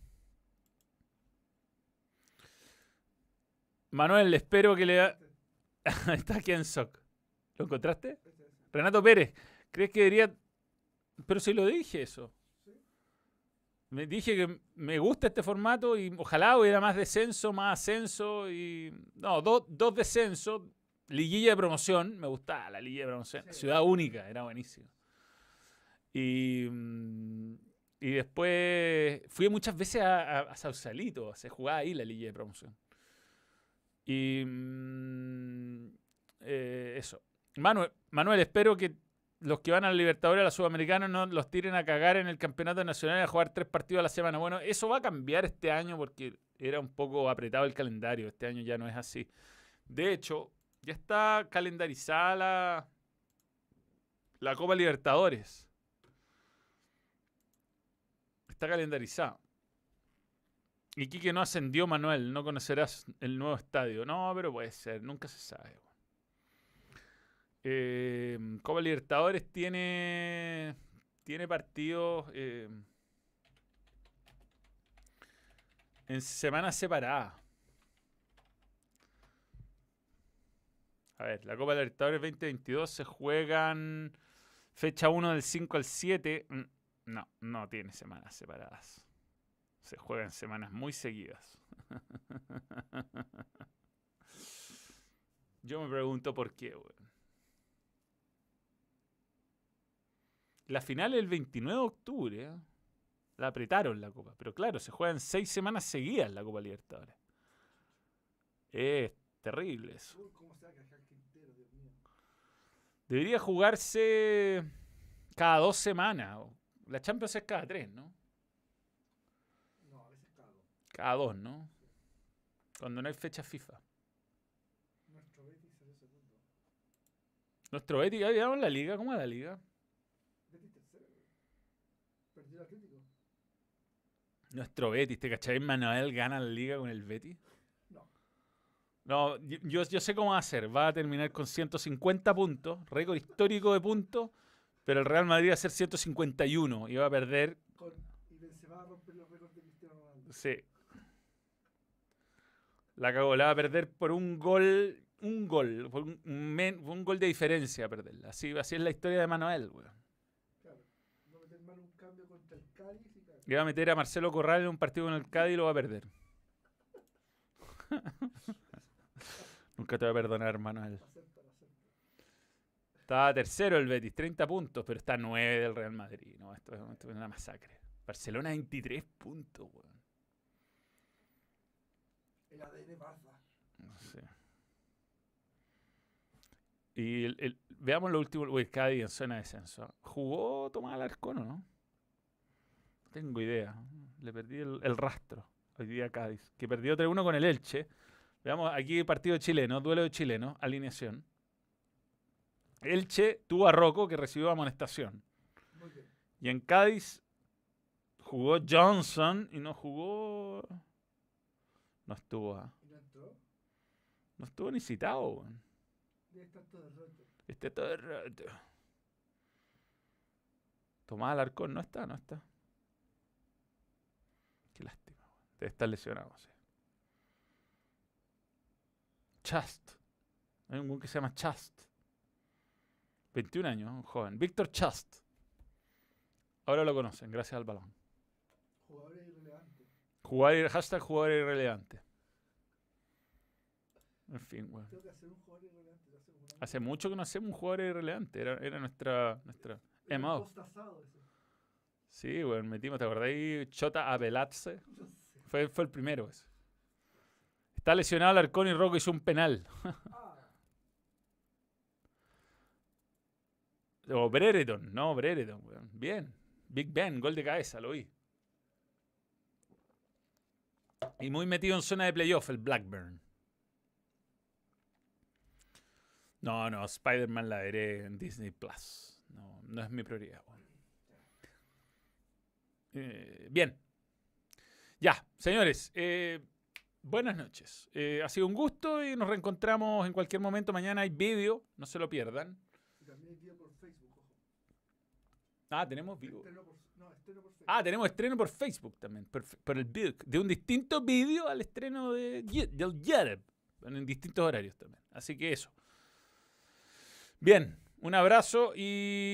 Manuel, espero que le da... Está aquí en S O C. ¿Lo encontraste? Renato Pérez, ¿crees que debería...? Pero si lo dije eso. Me dije que me gusta este formato y ojalá hubiera más descenso, más ascenso y... No, dos, dos descensos, liguilla de promoción, me gustaba la liguilla de promoción. Sí. Ciudad única, era buenísimo. Y, y después fui muchas veces a, a, a Sausalito, se jugaba ahí la liguilla de promoción. Y eh, eso. Manuel, Manuel, espero que los que van a la Libertadores, a la Sudamericana, no los tiren a cagar en el Campeonato Nacional y a jugar tres partidos a la semana. Bueno, eso va a cambiar este año porque era un poco apretado el calendario. Este año ya no es así. De hecho, ya está calendarizada la, la Copa Libertadores. Está calendarizada. Y Quique no ascendió, Manuel. No conocerás el nuevo estadio. No, pero puede ser. Nunca se sabe. Eh, Copa Libertadores tiene tiene partidos eh, en semanas separadas. A ver, la Copa Libertadores veinte veintidós se juegan fecha uno del cinco al siete. No, no tiene semanas separadas. Se juegan semanas muy seguidas. Yo me pregunto por qué, güey. La final es el veintinueve de octubre. ¿eh? La apretaron la Copa. Pero claro, se juegan seis semanas seguidas la Copa Libertadores. Es terrible eso. ¿Cómo se va a quejar Quintero, Dios mío? Debería jugarse cada dos semanas. La Champions es cada tres, ¿no? No, a veces cada dos. Cada dos, ¿no? Cuando no hay fecha FIFA. Nuestro Betis salió segundo. Nuestro Betis, ya llevamos la liga. ¿Cómo es la liga? Betis tercero. Perdió el Atlético. Nuestro Betis, ¿te cachai? Manuel gana la liga con el Betis. No. No, yo, yo sé cómo va a ser. Va a terminar con ciento cincuenta puntos, récord histórico de puntos, pero el Real Madrid va a ser ciento cincuenta y uno y va a perder. Con, y Benzema va a romper los récords de Cristiano Ronaldo. Sí. La cagó, la va a perder por un gol, un gol, por un, men, un gol de diferencia a perderla. Así, así es la historia de Manuel, weón. Claro, va a meter mal un cambio contra el Cádiz y caga. Le va a meter a Marcelo Corral en un partido con el Cádiz y lo va a perder. Nunca te voy a perdonar, Manuel. Acepta, acepta. Está tercero el Betis, treinta puntos, pero está nueve del Real Madrid. No, esto, es, esto es una masacre. Barcelona, veintitrés puntos, weón. El A D N Barça. No sé. Y el, el, veamos lo último. Uy, Cádiz en zona de descenso. ¿Jugó Tomás Alarcón o no? No tengo idea. Le perdí el, el rastro hoy día a Cádiz, que perdió tres uno con el Elche. Veamos aquí partido chileno, duelo de chileno, alineación. Elche tuvo a Rocco, que recibió amonestación. Muy bien. Y en Cádiz jugó Johnson y no jugó... No estuvo... ¿eh? ¿Y no entró? No estuvo ni citado, weón. Debe estar todo roto. Este todo el rato. Tomás Alarcón no está, no está. Qué lástima, weón. Debe estar lesionado, sí. Chast. Hay un weón que se llama Chast. veintiún años, un joven. Víctor Chast. Ahora lo conocen, gracias al balón. Jugadores irrelevantes. Jugador, hashtag jugador irrelevante. En fin, weón. Tengo que hacer un jugador irrelevante. Hace, un Hace mucho que no hacemos un jugador irrelevante. Era, era nuestra, nuestra M O. Postazado ese. Sí, weón, metimos, ¿te acordáis? Chota Abelatze. No sé. Fue, fue el primero ese. Está lesionado Alarcón y Rocco hizo un penal. Ah, O Brereton, no, Brereton, weón. Bien. Big Ben, gol de cabeza, lo vi. Y muy metido en zona de playoff el Blackburn. No, no, Spider-Man la veré en Disney Plus. No, no es mi prioridad. Bueno. Eh, bien. Ya, señores. Eh, buenas noches. Eh, ha sido un gusto y nos reencontramos en cualquier momento. Mañana hay vídeo, no se lo pierdan. Y también hay video por Facebook, ojo. Ah, tenemos vídeo. Estreno por, no, estreno por Facebook. Ah, tenemos estreno por Facebook también. Por, por el vídeo. De un distinto vídeo al estreno de, del YouTube. En distintos horarios también. Así que eso. Bien, un abrazo y...